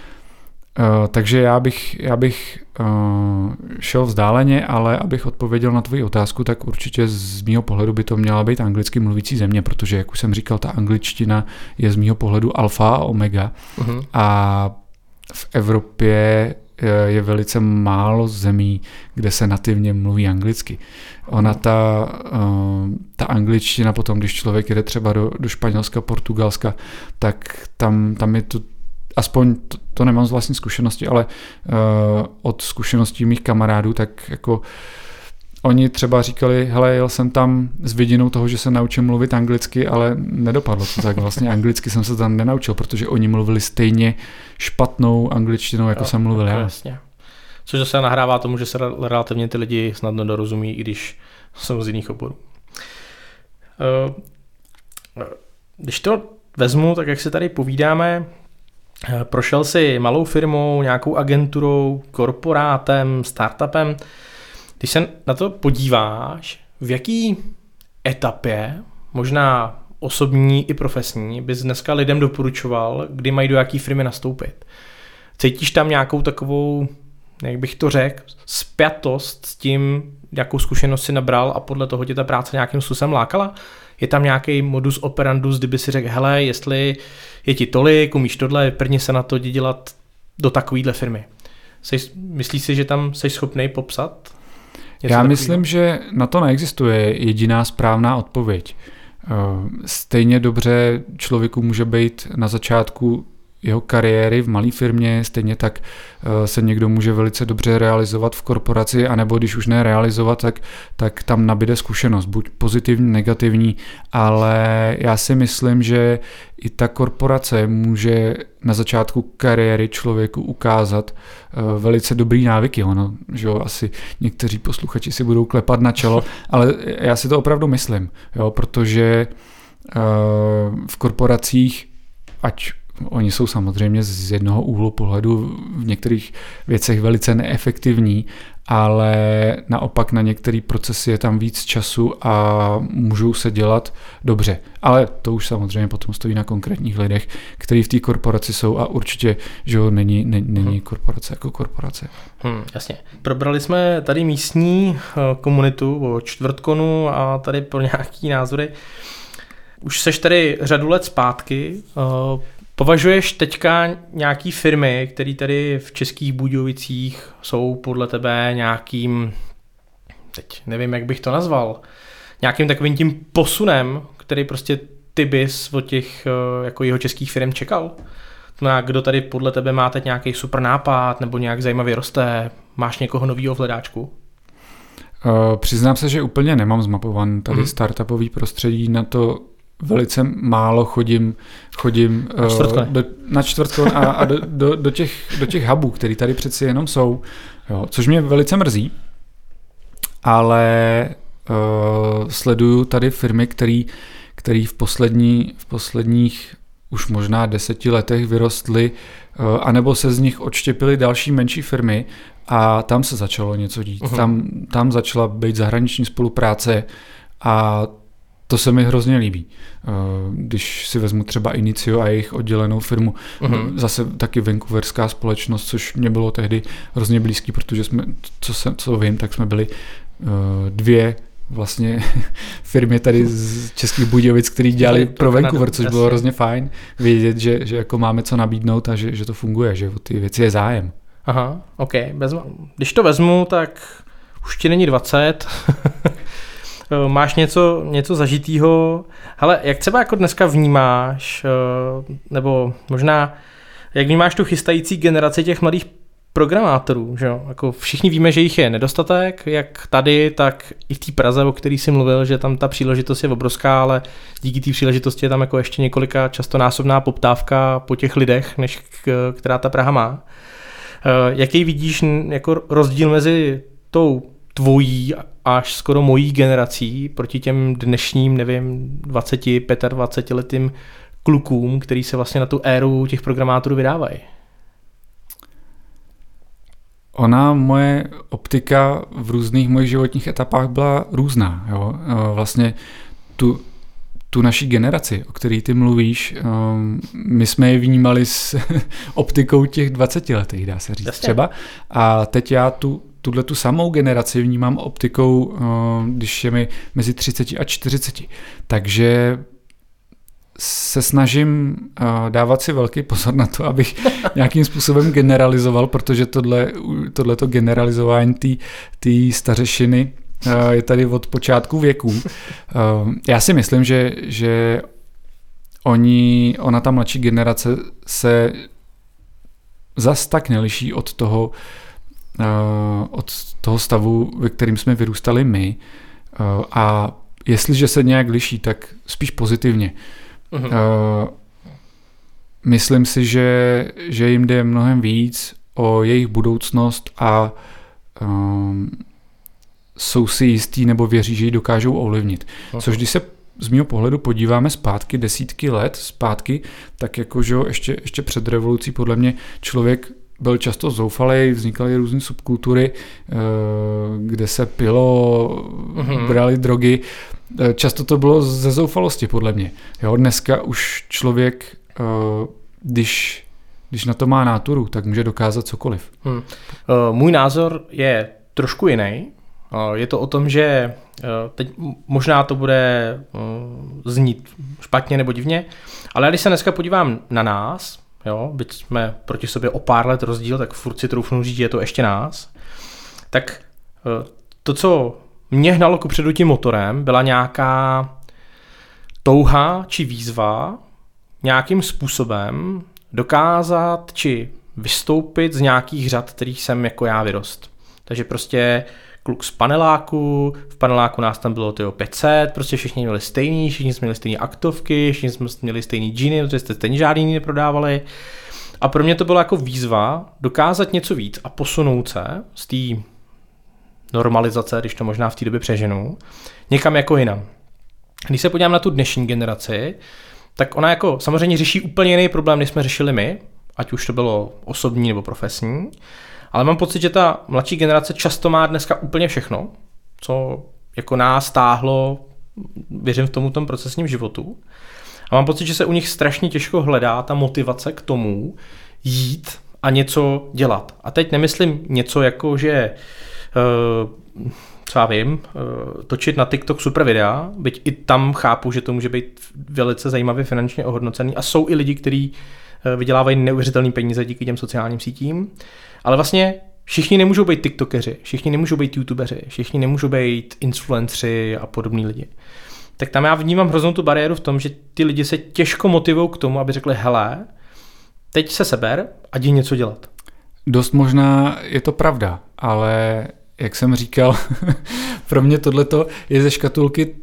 Uh, takže já bych, já bych uh, šel vzdáleně, ale abych odpověděl na tvoji otázku, tak určitě z mýho pohledu by to měla být anglicky mluvící země, protože, jak už jsem říkal, ta angličtina je z mýho pohledu alfa a omega uh-huh. a v Evropě je velice málo zemí, kde se nativně mluví anglicky. Ona ta, ta angličtina potom, když člověk jede třeba do, do Španělska, Portugalska, tak tam, tam je to, aspoň to, to nemám z vlastní zkušenosti, ale uh, od zkušeností mých kamarádů, tak jako oni třeba říkali, hele, jel jsem tam s vidinou toho, že se naučím mluvit anglicky, ale nedopadlo to tak. Vlastně anglicky jsem se tam nenaučil, protože oni mluvili stejně špatnou angličtinou, jako jo, jsem mluvil já. Jasně. Což zase nahrává tomu, že se relativně ty lidi snadno dorozumí, i když jsou z jiných oborů. Když to vezmu, tak jak si tady povídáme, prošel si malou firmou, nějakou agenturou, korporátem, startupem. Když se na to podíváš, v jaký etapě, možná osobní i profesní, bys dneska lidem doporučoval, kdy mají do jaký firmy nastoupit? Cítíš tam nějakou takovou, jak bych to řekl, spjatost s tím, jakou zkušenost si nabral a podle toho tě ta práce nějakým způsobem lákala? Je tam nějaký modus operandus, kdyby si řekl, hele, jestli je ti tolik, umíš tohle, prvně se na to dělat do takovýhle firmy. Seš, myslíš si, že tam jsi schopný popsat? Já takový, myslím, že na to neexistuje jediná správná odpověď. Stejně dobře člověku může být na začátku jeho kariéry v malé firmě, stejně tak se někdo může velice dobře realizovat v korporaci, anebo když už ne realizovat, tak, tak tam nabíde zkušenost, buď pozitivní, negativní, ale já si myslím, že i ta korporace může na začátku kariéry člověku ukázat velice dobrý návyky. Ono, že jo, asi někteří posluchači si budou klepat na čelo, ale já si to opravdu myslím, jo, protože v korporacích, ať oni jsou samozřejmě z jednoho úhlu pohledu v některých věcech velice neefektivní, ale naopak na některé procesy je tam víc času a můžou se dělat dobře. Ale to už samozřejmě potom stojí na konkrétních lidech, kteří v té korporaci jsou a určitě, že jo, není, ne, není korporace jako korporace. Hmm, jasně. Probrali jsme tady místní komunitu o čtvrtkonu a tady pro nějaký názory. Už seš tady řadu let zpátky. Považuješ teďka nějaký firmy, které tady v Českých Budějovicích jsou podle tebe nějakým, teď nevím, jak bych to nazval, nějakým takovým tím posunem, který prostě ty bys od těch jako jeho českých firm čekal? To znamená, kdo tady podle tebe má teď nějaký super nápad nebo nějak zajímavě roste? Máš někoho novýho v hledáčku? Uh, přiznám se, že úplně nemám zmapovan tady mm. startupový prostředí, na to velice málo chodím, chodím na čtvrtkon, uh, do, na čtvrtkon a, a do, do, do, těch, do těch hubů, které tady přeci jenom jsou, jo, což mě velice mrzí, ale uh, sleduju tady firmy, který, který v, poslední, v posledních už možná deseti letech vyrostly, uh, anebo se z nich odštěpily další menší firmy a tam se začalo něco dít. Uh-huh. Tam, tam začala být zahraniční spolupráce a to se mi hrozně líbí. Když si vezmu třeba Inicio a jejich oddělenou firmu, uh-huh. zase taky vancouverská společnost, což mě bylo tehdy hrozně blízký, protože jsme, co, se, co vím, tak jsme byli dvě vlastně firmy tady z Českých Budějovic, který dělali pro Vancouver, což bylo hrozně fajn vědět, že, že jako máme co nabídnout a že, že to funguje, že o ty věci je zájem. Aha, ok. Bez, když to vezmu, tak už ti není dvacet. Máš něco, něco zažitýho. Hele, jak třeba jako dneska vnímáš, nebo možná jak vnímáš tu chystající generaci těch mladých programátorů, že jo? Jako všichni víme, že jich je nedostatek, jak tady, tak i v té Praze, o který jsi mluvil, že tam ta příležitost je obrovská, ale díky té příležitosti je tam jako ještě několika častonásobná poptávka po těch lidech, než která ta Praha má. Jaký vidíš jako rozdíl mezi tou tvojí až skoro mojí generací proti těm dnešním, nevím, dvacet, dvacet pět letým klukům, který se vlastně na tu éru těch programátorů vydávají? Ona, moje optika v různých mojich životních etapách byla různá. Jo? Vlastně tu, tu naší generaci, o který ty mluvíš, my jsme je vnímali s optikou těch dvacetiletých, dá se říct. Jasně. Třeba. A teď já tu tuhle tu samou generaci vnímám optikou, když je mi mezi třicet a čtyřicet. Takže se snažím dávat si velký pozor na to, abych nějakým způsobem generalizoval, protože tohle, tohleto generalizování té stařešiny je tady od počátku věků. Já si myslím, že, že oni, ona ta mladší generace se zas tak neliší od toho, od toho stavu, ve kterým jsme vyrůstali my. A jestliže se nějak liší, tak spíš pozitivně. Uh-huh. Myslím si, že, že jim jde mnohem víc o jejich budoucnost a um, jsou si jistí nebo věří, že ji dokážou ovlivnit. Uh-huh. Což když se z mého pohledu podíváme zpátky, desítky let zpátky, tak jakože ještě, ještě před revolucí podle mě člověk byl často zoufalý, vznikaly různé subkultury, kde se pilo, mm-hmm. brali drogy. Často to bylo ze zoufalosti, podle mě. Jo, dneska už člověk, když, když na to má náturu, tak může dokázat cokoliv. Hmm. Můj názor je trošku jiný. Je to o tom, že teď možná to bude znít špatně nebo divně, ale když se dneska podívám na nás, jo, byť jsme proti sobě o pár let rozdíl, tak furt si troufnu říct, že je to ještě nás, tak to, co mě hnalo kupředu tím motorem, byla nějaká touha či výzva nějakým způsobem dokázat či vystoupit z nějakých řad, kterých jsem jako já vyrost. Takže prostě kluk z paneláku, v paneláku nás tam bylo tyjo pět set, prostě všichni měli stejný, všichni jsme měli stejné aktovky, všichni jsme měli stejný džíny, protože jste stejně žádný jiný neprodávali. A pro mě to bylo jako výzva dokázat něco víc a posunout se z té normalizace, když to možná v té době přeženu, někam jako jinam. Když se podívám na tu dnešní generaci, tak ona jako samozřejmě řeší úplně jiný problém, než jsme řešili my, ať už to bylo osobní nebo profesní, ale mám pocit, že ta mladší generace často má dneska úplně všechno, co jako nás táhlo, věřím v tomu tom procesním životu. A mám pocit, že se u nich strašně těžko hledá ta motivace k tomu jít a něco dělat. A teď nemyslím něco jako, že uh, co já vím, uh, točit na TikTok super videa, byť i tam chápu, že to může být velice zajímavě finančně ohodnocený a jsou i lidi, kteří uh, vydělávají neuvěřitelné peníze díky těm sociálním sítím, ale vlastně všichni nemůžou být tiktokeři, všichni nemůžou být youtubeři, všichni nemůžou být influenceri a podobní lidi. Tak tam já vnímám hroznou tu bariéru v tom, že ty lidi se těžko motivují k tomu, aby řekli, hele, teď se seber a jdi něco dělat. Dost možná je to pravda, ale jak jsem říkal, pro mě tohleto je ze škatulky uh,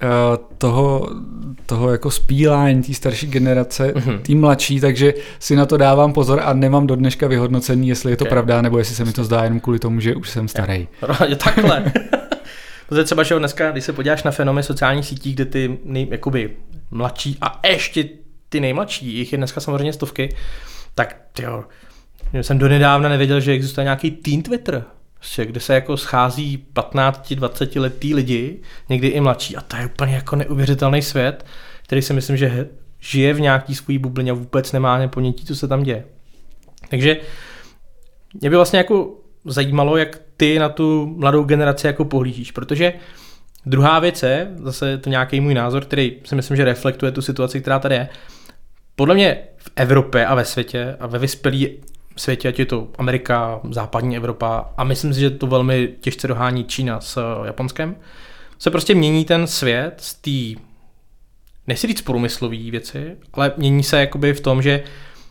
toho, toho jako spílání té starší generace, mm-hmm. té mladší, takže si na to dávám pozor a nemám do dneška vyhodnocený, jestli je to okay. pravda, nebo jestli se mi to zdá jenom kvůli tomu, že už jsem starý. Je takhle. Protože třeba, že dneska, když se podíváš na fenomy sociálních sítí, kde ty nej, jakoby mladší a ještě ty nejmladší, jich je dneska samozřejmě stovky, tak tyjo, jsem donedávna nevěděl, že existuje nějaký teen Twitter, kde se jako schází patnáct dvacet letý lidi, někdy i mladší, a to je úplně jako neuvěřitelný svět, který si myslím, že žije v nějaký svůj bublině a vůbec nemá ponětí, co se tam děje. Takže mě by vlastně jako zajímalo, jak ty na tu mladou generaci jako pohlížíš, protože druhá věc je, zase to nějaký můj názor, který si myslím, že reflektuje tu situaci, která tady je. Podle mě v Evropě a ve světě a ve vyspělém světě, ať je to Amerika, západní Evropa a myslím si, že to velmi těžce dohání Čína s Japonskem, se prostě mění ten svět z té, nechci říct průmyslové věci, ale mění se jakoby v tom, že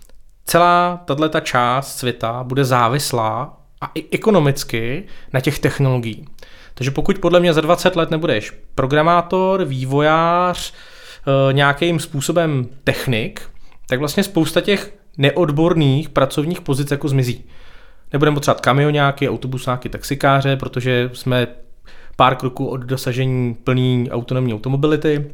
celá tato část světa bude závislá a i ekonomicky na těch technologiích. Takže pokud podle mě za dvacet let nebudeš programátor, vývojář, nějakým způsobem technik, tak vlastně spousta těch neodborných pracovních pozic jako zmizí. Nebudeme potřebovat kamionáky, autobusáky, taxikáře, protože jsme pár kroků od dosažení plný autonomní automobility.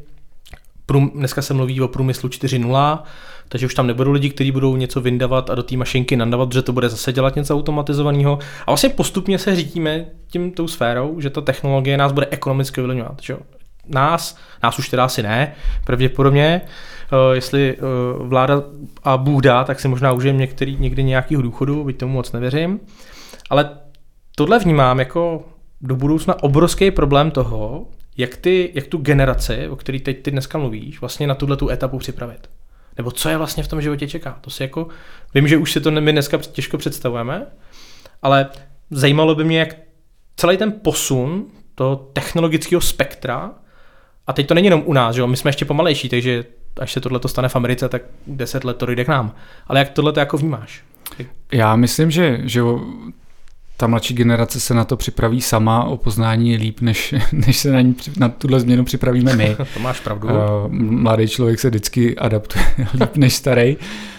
Dneska se mluví o průmyslu čtyři tečka nula, takže už tam nebudou lidi, kteří budou něco vyndavat a do té mašinky nandavat, že to bude zase dělat něco automatizovaného. A vlastně postupně se řídíme tím tou sférou, že ta technologie nás bude ekonomicky ovlivňovat. Nás, nás už teda asi ne, pravděpodobně, uh, jestli uh, vláda a Bůh dá, tak si možná užijem některý, někdy nějakého důchodu, byť tomu moc nevěřím. Ale tohle vnímám jako do budoucna obrovský problém toho, jak, ty, jak tu generaci, o který teď ty dneska mluvíš, vlastně na tuhle tu etapu připravit. Nebo co je vlastně v tom životě čeká. To si jako, vím, že už si to my dneska těžko představujeme, ale zajímalo by mě, jak celý ten posun toho technologického spektra, a teď to není jenom u nás, že jo? My jsme ještě pomalejší, takže až se tohle stane v Americe, tak deset let to dojde k nám. Ale jak tohle jako vnímáš? Já myslím, že, že ta mladší generace se na to připraví sama, o poznání je líp, než, než se na, ní, na tuhle změnu připravíme my. To máš pravdu. Mladý člověk se vždycky adaptuje líp než starý.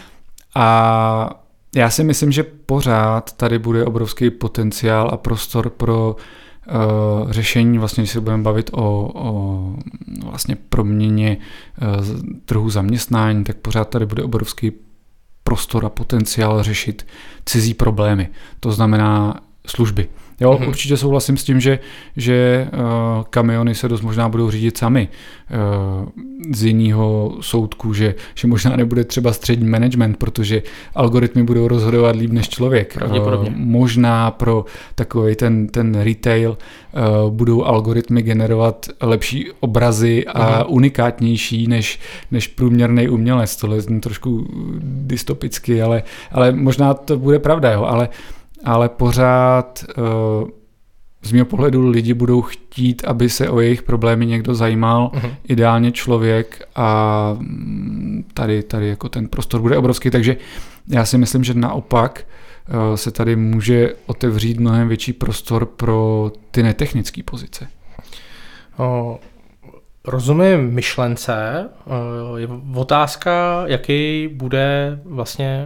A já si myslím, že pořád tady bude obrovský potenciál a prostor pro uh, řešení, vlastně, když se budeme bavit o, o vlastně proměně uh, trhu zaměstnání, tak pořád tady bude obrovský prostor a potenciál řešit cizí problémy. To znamená služby. Jo, mm-hmm. určitě souhlasím s tím, že, že uh, kamiony se dost možná budou řídit sami uh, z jiného soudku, že, že možná nebude třeba střední management, protože algoritmy budou rozhodovat líp než člověk. Uh, možná pro takový ten, ten retail uh, budou algoritmy generovat lepší obrazy a mm-hmm. unikátnější než, než průměrný umělec. Tohle zní trošku dystopicky, ale, ale možná to bude pravda, jo, ale ale pořád uh, z mého pohledu lidi budou chtít, aby se o jejich problémy někdo zajímal, uh-huh. ideálně člověk a tady, tady jako ten prostor bude obrovský, takže já si myslím, že naopak uh, se tady může otevřít mnohem větší prostor pro ty netechnické pozice. O, rozumím myšlence, o, je otázka, jaký bude vlastně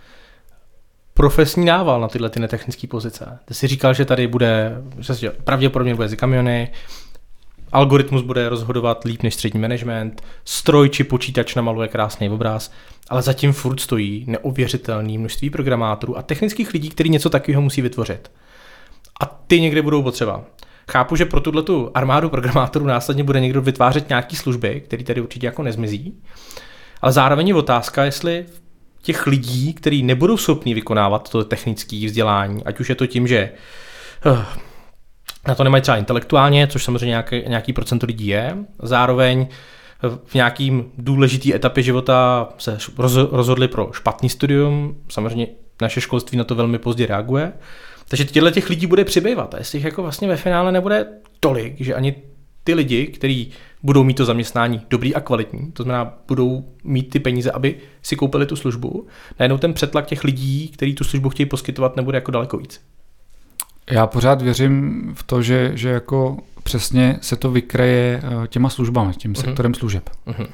profesní nával na tyhle ty netechnické pozice. Ty jsi říkal, že tady bude, že pravděpodobně bude z kamiony, algoritmus bude rozhodovat líp než střední management, stroj či počítač namaluje krásný obraz, ale zatím furt stojí neuvěřitelné množství programátorů a technických lidí, kteří něco takového musí vytvořit. A ty někde budou potřeba. Chápu, že pro tuhletu armádu programátorů následně bude někdo vytvářet nějaké služby, které tady určitě jako nezmizí, ale zároveň je otázka, jestli těch lidí, kteří nebudou schopni vykonávat to technické vzdělání, ať už je to tím, že uh, na to nemají třeba intelektuálně, což samozřejmě nějaký, nějaký procento lidí je, zároveň v nějakým důležitý etapě života se rozhodli pro špatný studium, samozřejmě naše školství na to velmi pozdě reaguje, takže těchto těch lidí bude přibývat a jestli jich jako vlastně ve finále nebude tolik, že ani ty lidi, kteří budou mít to zaměstnání dobrý a kvalitní, to znamená, budou mít ty peníze, aby si koupili tu službu, najednou ten přetlak těch lidí, kteří tu službu chtějí poskytovat, nebude jako daleko víc. Já pořád věřím v to, že, že jako přesně se to vykreje těma službami, tím uh-huh. sektorem služeb. Uh-huh.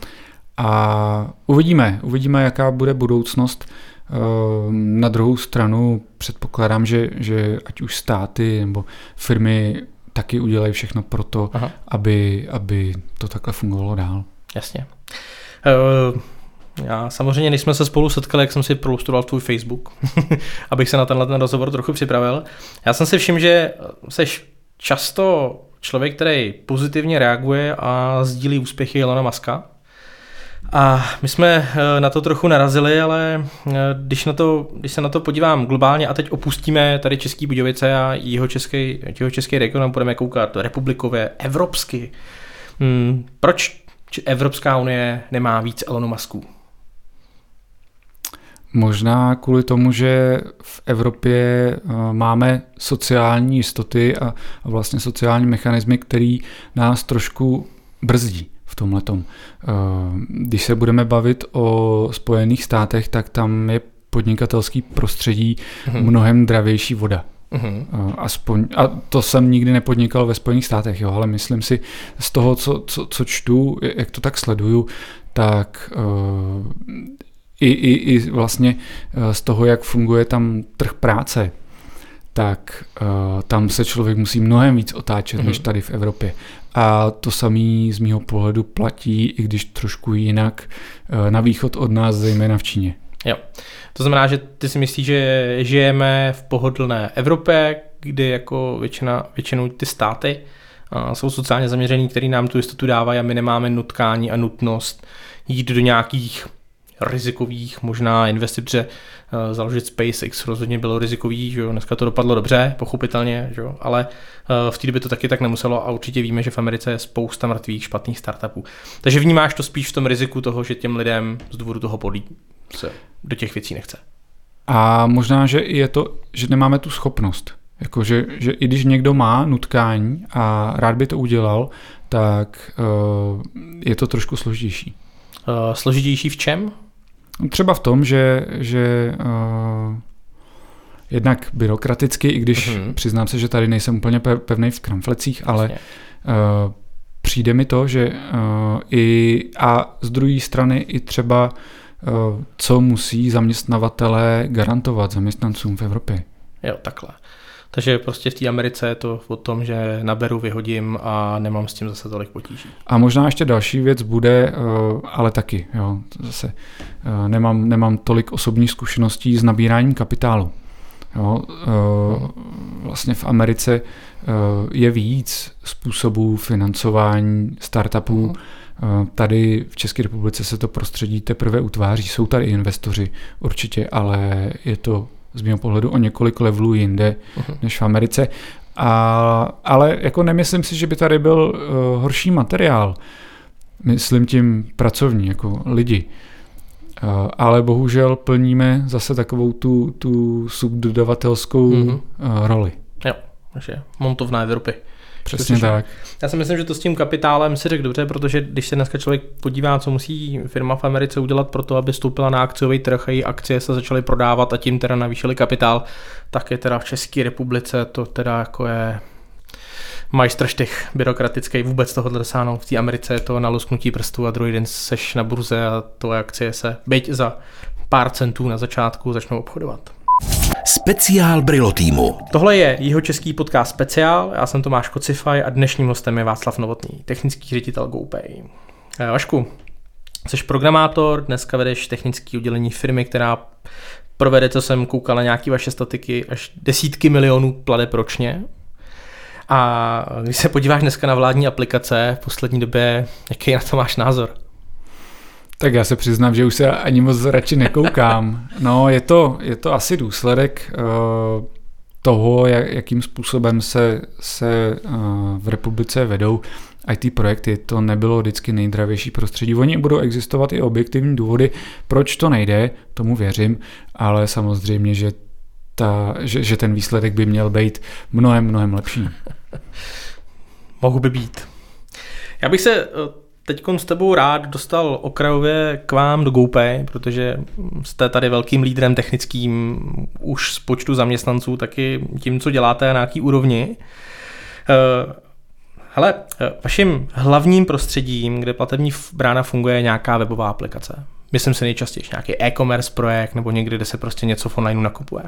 A uvidíme, uvidíme, jaká bude budoucnost. Na druhou stranu předpokládám, že, že ať už státy nebo firmy taky udělají všechno pro to, aby, aby to takhle fungovalo dál. Jasně. Uh, já samozřejmě, než jsme se spolu setkali, jak jsem si prolustoval tvůj Facebook, abych se na tenhle ten rozhovor trochu připravil. Já jsem si všiml, že seš často člověk, který pozitivně reaguje a sdílí úspěchy Elona Muska. A my jsme na to trochu narazili, ale když, na to, když se na to podívám globálně a teď opustíme tady Český Budějovice a jeho český, jeho český region a budeme koukat republikově, evropsky. Hmm, proč Evropská unie nemá víc Elonu Musků? Možná kvůli tomu, že v Evropě máme sociální jistoty a vlastně sociální mechanismy, které nás trošku brzdí v tomhletom. Když se budeme bavit o Spojených státech, tak tam je podnikatelský prostředí uhum. mnohem dravější voda. Uhum. Aspoň, a to jsem nikdy nepodnikal ve Spojených státech, jo, ale myslím si z toho, co, co, co čtu, jak to tak sleduju, tak uh, i, i, i vlastně z toho, jak funguje tam trh práce, tak uh, tam se člověk musí mnohem víc otáčet, uhum. než tady v Evropě. A to samé z mýho pohledu platí, i když trošku jinak na východ od nás, zejména v Číně. Jo. To znamená, že ty si myslíš, že žijeme v pohodlné Evropě, kdy jako většina, většinou ty státy jsou sociálně zaměřený, který nám tu jistotu dávají a my nemáme nutkání a nutnost jít do nějakých rizikových možná investic, že uh, založit SpaceX rozhodně bylo rizikový, že jo, dneska to dopadlo dobře, pochopitelně, že jo, ale uh, v té době to taky tak nemuselo a určitě víme, že v Americe je spousta mrtvých špatných startupů. Takže vnímáš to spíš v tom riziku toho, že těm lidem z důvodu toho podlí se do těch věcí nechce. A možná, že je to, že nemáme tu schopnost. Jakože, že i když někdo má nutkání a rád by to udělal, tak uh, je to trošku složitější. Uh, složitější v čem? Třeba v tom, že, že uh, jednak byrokraticky, i když uh-huh. přiznám se, že tady nejsem úplně pevnej v kramflecích, ale uh, přijde mi to, že uh, i a z druhé strany i třeba uh, co musí zaměstnavatelé garantovat zaměstnancům v Evropě. Jo, takhle. Takže prostě v té Americe je to o tom, že naberu, vyhodím a nemám s tím zase tolik potíží. A možná ještě další věc bude, ale taky, jo, zase nemám, nemám tolik osobních zkušeností s nabíráním kapitálu. Jo, vlastně v Americe je víc způsobů financování startupů. Tady v České republice se to prostředí teprve utváří. Jsou tady investoři určitě, ale je to z mého pohledu o několik levelů jinde než v Americe. A, ale jako nemyslím si, že by tady byl uh, horší materiál. Myslím tím pracovní, jako lidi. Uh, ale bohužel plníme zase takovou tu, tu subdodavatelskou mm-hmm. uh, roli. Jo, takže montovna Evropy. Přesně tak. Já si myslím, že to s tím kapitálem si řekl dobře, protože když se dneska člověk podívá, co musí firma v Americe udělat pro to, aby vstoupila na akciový trh a její akcie se začaly prodávat a tím teda navýšili kapitál, tak je teda v České republice to teda jako je majstrštych byrokratický vůbec tohohle dosáhnout. V té Americe je to na lusknutí prstů a druhý den seš na burze a tvoje akcie se byť za pár centů na začátku začnou obchodovat. Speciál Brilo týmu. Tohle je jihočeský podcast Speciál, já jsem Tomáš Kocifaj a dnešním hostem je Václav Novotný, technický ředitel GoPay. Vašku, jsi programátor, dneska vedeš technické oddělení firmy, která provede, co jsem koukal na nějaké vaše statiky, až desítky milionů plateb ročně. A když se podíváš dneska na vládní aplikace v poslední době, jaký na to máš názor? Tak já se přiznám, že už se ani moc radši nekoukám. No, je to, je to asi důsledek uh, toho, jak, jakým způsobem se, se uh, v republice vedou í té projekty. To nebylo vždycky nejdravější prostředí. Oni budou existovat i objektivní důvody, proč to nejde, tomu věřím, ale samozřejmě, že, ta, že, že ten výsledek by měl být mnohem, mnohem lepší. Mohu by být. Já bych se teď s tebou rád dostal okrajově k vám do GoPay, protože jste tady velkým lídrem technickým už z počtu zaměstnanců, taky tím, co děláte a na jaký úrovni. Hele, vaším hlavním prostředím, kde platební brána funguje, je nějaká webová aplikace. Myslím si nejčastěji nějaký e-commerce projekt nebo někde, kde se prostě něco v online nakupuje.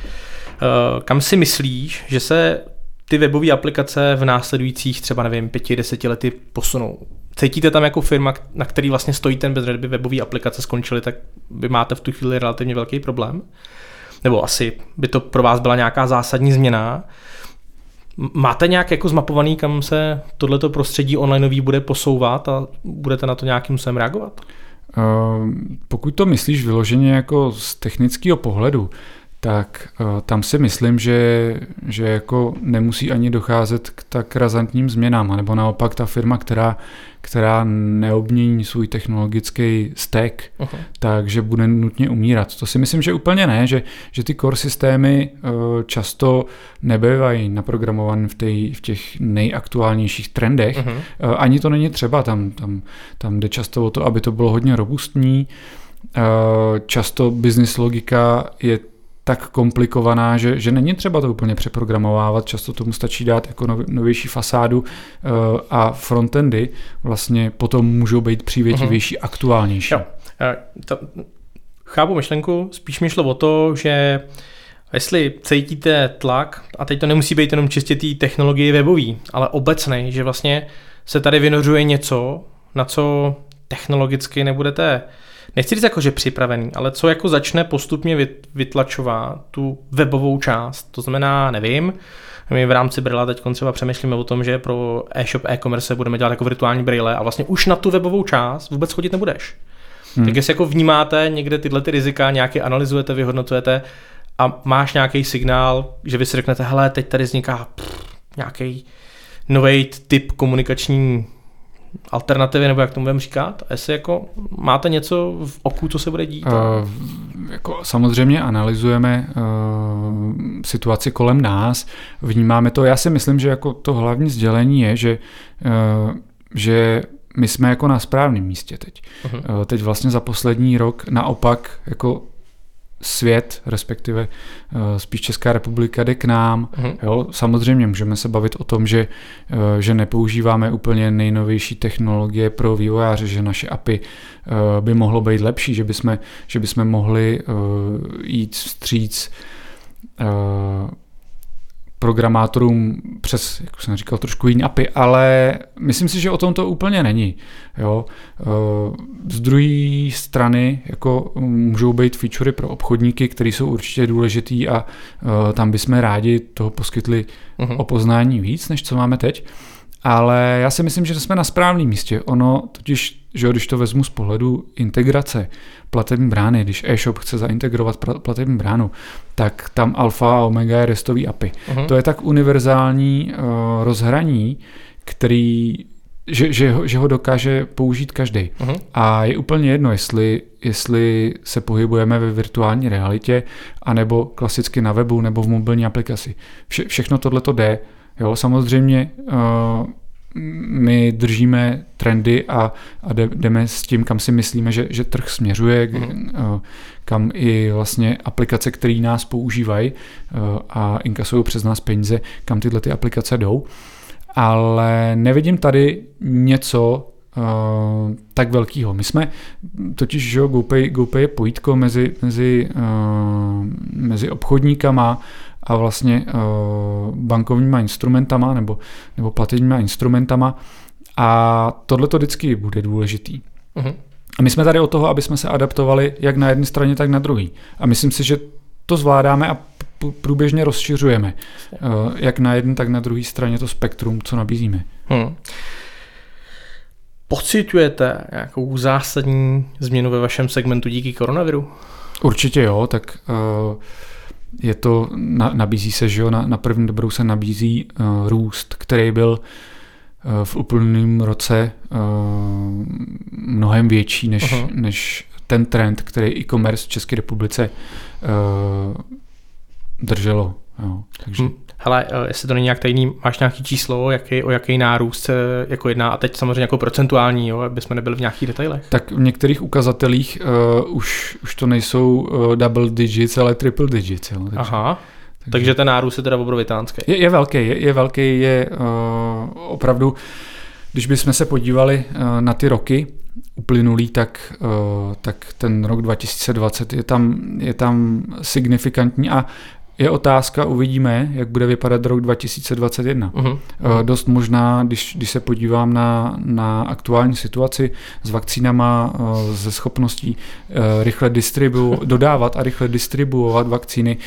Kam si myslíš, že se ty webové aplikace v následujících třeba, nevím, pěti, deseti lety posunou? Cítíte tam jako firma, na který vlastně stojíte, bez kdyby webové aplikace skončily, tak vy máte v tu chvíli relativně velký problém? Nebo asi by to pro vás byla nějaká zásadní změna? Máte nějak jako zmapovaný, kam se tohleto prostředí onlineový bude posouvat a budete na to nějakým způsobem reagovat? Uh, pokud to myslíš vyloženě jako z technického pohledu, tak uh, tam si myslím, že, že jako nemusí ani docházet k tak razantním změnám, nebo naopak ta firma, která, která neobmění svůj technologický stack, uh-huh. takže bude nutně umírat. To si myslím, že úplně ne, že, že ty core systémy uh, často nebývají naprogramované v, tej, v těch nejaktuálnějších trendech. Uh-huh. Uh, ani to není třeba, tam, tam, tam jde často o to, aby to bylo hodně robustní. Uh, často business logika je tak komplikovaná, že, že není třeba to úplně přeprogramovávat, často tomu stačí dát jako nov, novější fasádu uh, a frontendy vlastně potom můžou být přívětivější, uh-huh. aktuálnější. Jo. To, chápu myšlenku, spíš mi šlo o to, že jestli cítíte tlak, a teď to nemusí být jenom čistě té technologie webový, ale obecnej, že vlastně se tady vynořuje něco, na co technologicky nebudete, nechci říct jako, že připravený, ale co jako začne postupně vytlačovat tu webovou část. To znamená, nevím, my v rámci Brilla teď třeba přemýšlíme o tom, že pro e-shop, e-commerce budeme dělat jako virtuální brýle a vlastně už na tu webovou část vůbec chodit nebudeš. Hmm. Tak jestli jako vnímáte někde tyhle ty rizika, nějaké analyzujete, vyhodnocujete a máš nějaký signál, že vy si řeknete, hele, teď tady vzniká pff, nějaký nový typ komunikační alternativy, nebo jak tomu budeme říkat? A jestli jako máte něco v oku, co se bude dít? Uh, jako samozřejmě analyzujeme uh, situaci kolem nás, vnímáme to. Já si myslím, že jako to hlavní sdělení je, že, uh, že my jsme jako na správném místě teď. Uh-huh. Uh, teď vlastně za poslední rok naopak jako svět, respektive uh, spíš Česká republika jde k nám. Uh-huh. Jo, samozřejmě můžeme se bavit o tom, že, uh, že nepoužíváme úplně nejnovější technologie pro vývojáře, že naše A P I uh, by mohlo být lepší, že bychom, že bychom mohli uh, jít vstříc uh, programátorům přes, jak jsem říkal, trošku jiný A P I, ale myslím si, že o tom to úplně není. Jo. Z druhé strany jako můžou být featurey pro obchodníky, které jsou určitě důležitý a tam bychom rádi toho poskytli uh-huh. o poznání víc, než co máme teď. Ale já si myslím, že jsme na správném místě. Ono totiž, že když to vezmu z pohledu integrace platební brány, když e-shop chce zaintegrovat platební bránu, tak tam alfa a omega je restový A P I. Uh-huh. To je tak univerzální uh, rozhraní, který, že, že, ho, že ho dokáže použít každý. Uh-huh. A je úplně jedno, jestli, jestli se pohybujeme ve virtuální realitě, anebo klasicky na webu, nebo v mobilní aplikaci. Vše, všechno tohle to jde. Jo, samozřejmě uh, my držíme trendy a, a jdeme s tím, kam si myslíme, že, že trh směřuje, mm. uh, kam i vlastně aplikace, které nás používají uh, a inkasují přes nás peníze, kam tyhle ty aplikace jdou. Ale nevidím tady něco uh, tak velkýho. My jsme totiž, že GoPay, GoPay je pojítko mezi, mezi, uh, mezi obchodníkama a vlastně uh, bankovníma instrumentama nebo, nebo platebníma instrumentama a tohle to vždycky bude důležitý. Uh-huh. A my jsme tady od toho, aby jsme se adaptovali jak na jedné straně, tak na druhé. A myslím si, že to zvládáme a p- průběžně rozšiřujeme. Uh, jak na jedné, tak na druhé straně to spektrum, co nabízíme. Hmm. Pociťujete nějakou zásadní změnu ve vašem segmentu díky koronaviru? Určitě jo, tak uh, je to, na, nabízí se, že jo, na, na první dobrou se nabízí uh, růst, který byl uh, v uplynulém roce uh, mnohem větší než, uh-huh. než ten trend, který e-commerce v České republice uh, drželo. Jo, takže. Hmm. Hele, jestli to není nějak tajný, máš nějaký číslo, jaký, o jaký nárůst se jako jedná, a teď samozřejmě jako procentuální, jo, aby jsme nebyli v nějakých detailech? Tak v některých ukazatelích uh, už, už to nejsou uh, double digits, ale triple digits. Jo, takže, Aha, takže, takže ten nárůst je teda obrovitánský. Je, je velký, je, je velký, je uh, opravdu, když bychom se podívali uh, na ty roky uplynulý, tak, uh, tak ten rok dva tisíce dvacet je tam, je tam signifikantní a je otázka, uvidíme, jak bude vypadat rok dva tisíce dvacet jedna. Uh-huh. Dost možná, když, když se podívám na, na aktuální situaci s vakcínama, ze schopností rychle distribu, dodávat a rychle distribuovat vakcíny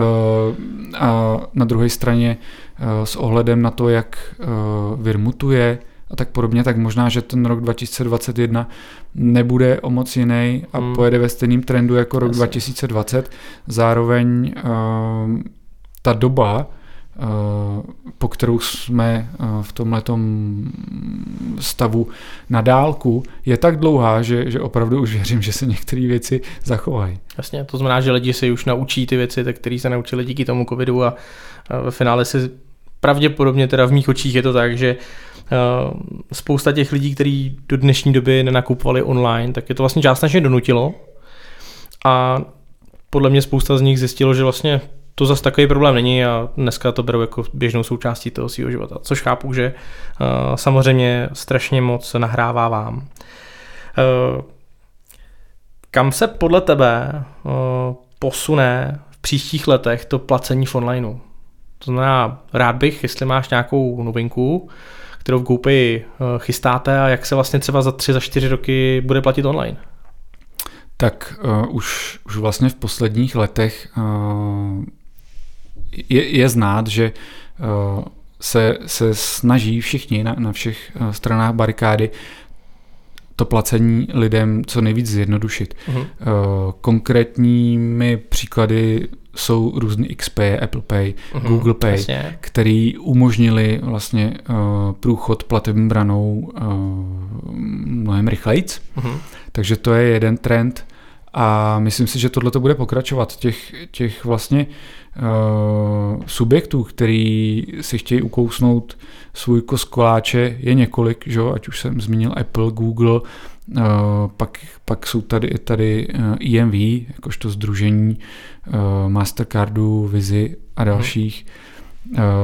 a na druhé straně s ohledem na to, jak vir mutuje a tak podobně, tak možná, že ten rok dva tisíce dvacet jedna nebude o moc jiný a hmm. pojede ve stejným trendu jako rok Asi. dva tisíce dvacet. Zároveň uh, ta doba, uh, po kterou jsme uh, v tomhletom stavu na dálku, je tak dlouhá, že, že opravdu už věřím, že se některé věci zachovají. Jasně, to znamená, že lidi si už naučí ty věci, tak které se naučili díky tomu covidu a, a ve finále si pravděpodobně teda v mých očích je to tak, že uh, spousta těch lidí, kteří do dnešní doby nenakupovali online, tak je to vlastně částečně donutilo a podle mě spousta z nich zjistilo, že vlastně to zase takový problém není a dneska to berou jako běžnou součástí toho svého života, což chápu, že uh, samozřejmě strašně moc nahrává vám. Uh, kam se podle tebe uh, posune v příštích letech to placení v onlineu? To znamená, rád bych, jestli máš nějakou novinku, kterou v GoPay chystáte a jak se vlastně třeba za tři, za čtyři roky bude platit online? Tak uh, už, už vlastně v posledních letech uh, je, je znát, že uh, se, se snaží všichni na, na všech uh, stranách barikády to placení lidem co nejvíc zjednodušit. Uh-huh. Uh, konkrétními příklady jsou různý X Pay, Apple Pay, uh-huh, Google Pay, jasně. který umožnili vlastně uh, průchod platební branou uh, mnohem rychlejc. Uh-huh. Takže to je jeden trend a myslím si, že tohle to bude pokračovat. Těch, těch vlastně uh, subjektů, který si chtějí ukousnout svůj kus koláče, je několik, že? Ať už jsem zmínil Apple, Google, uh, pak, pak jsou tady i tady uh, E M V, jakožto sdružení uh, Mastercardu, Vizy a dalších, uh,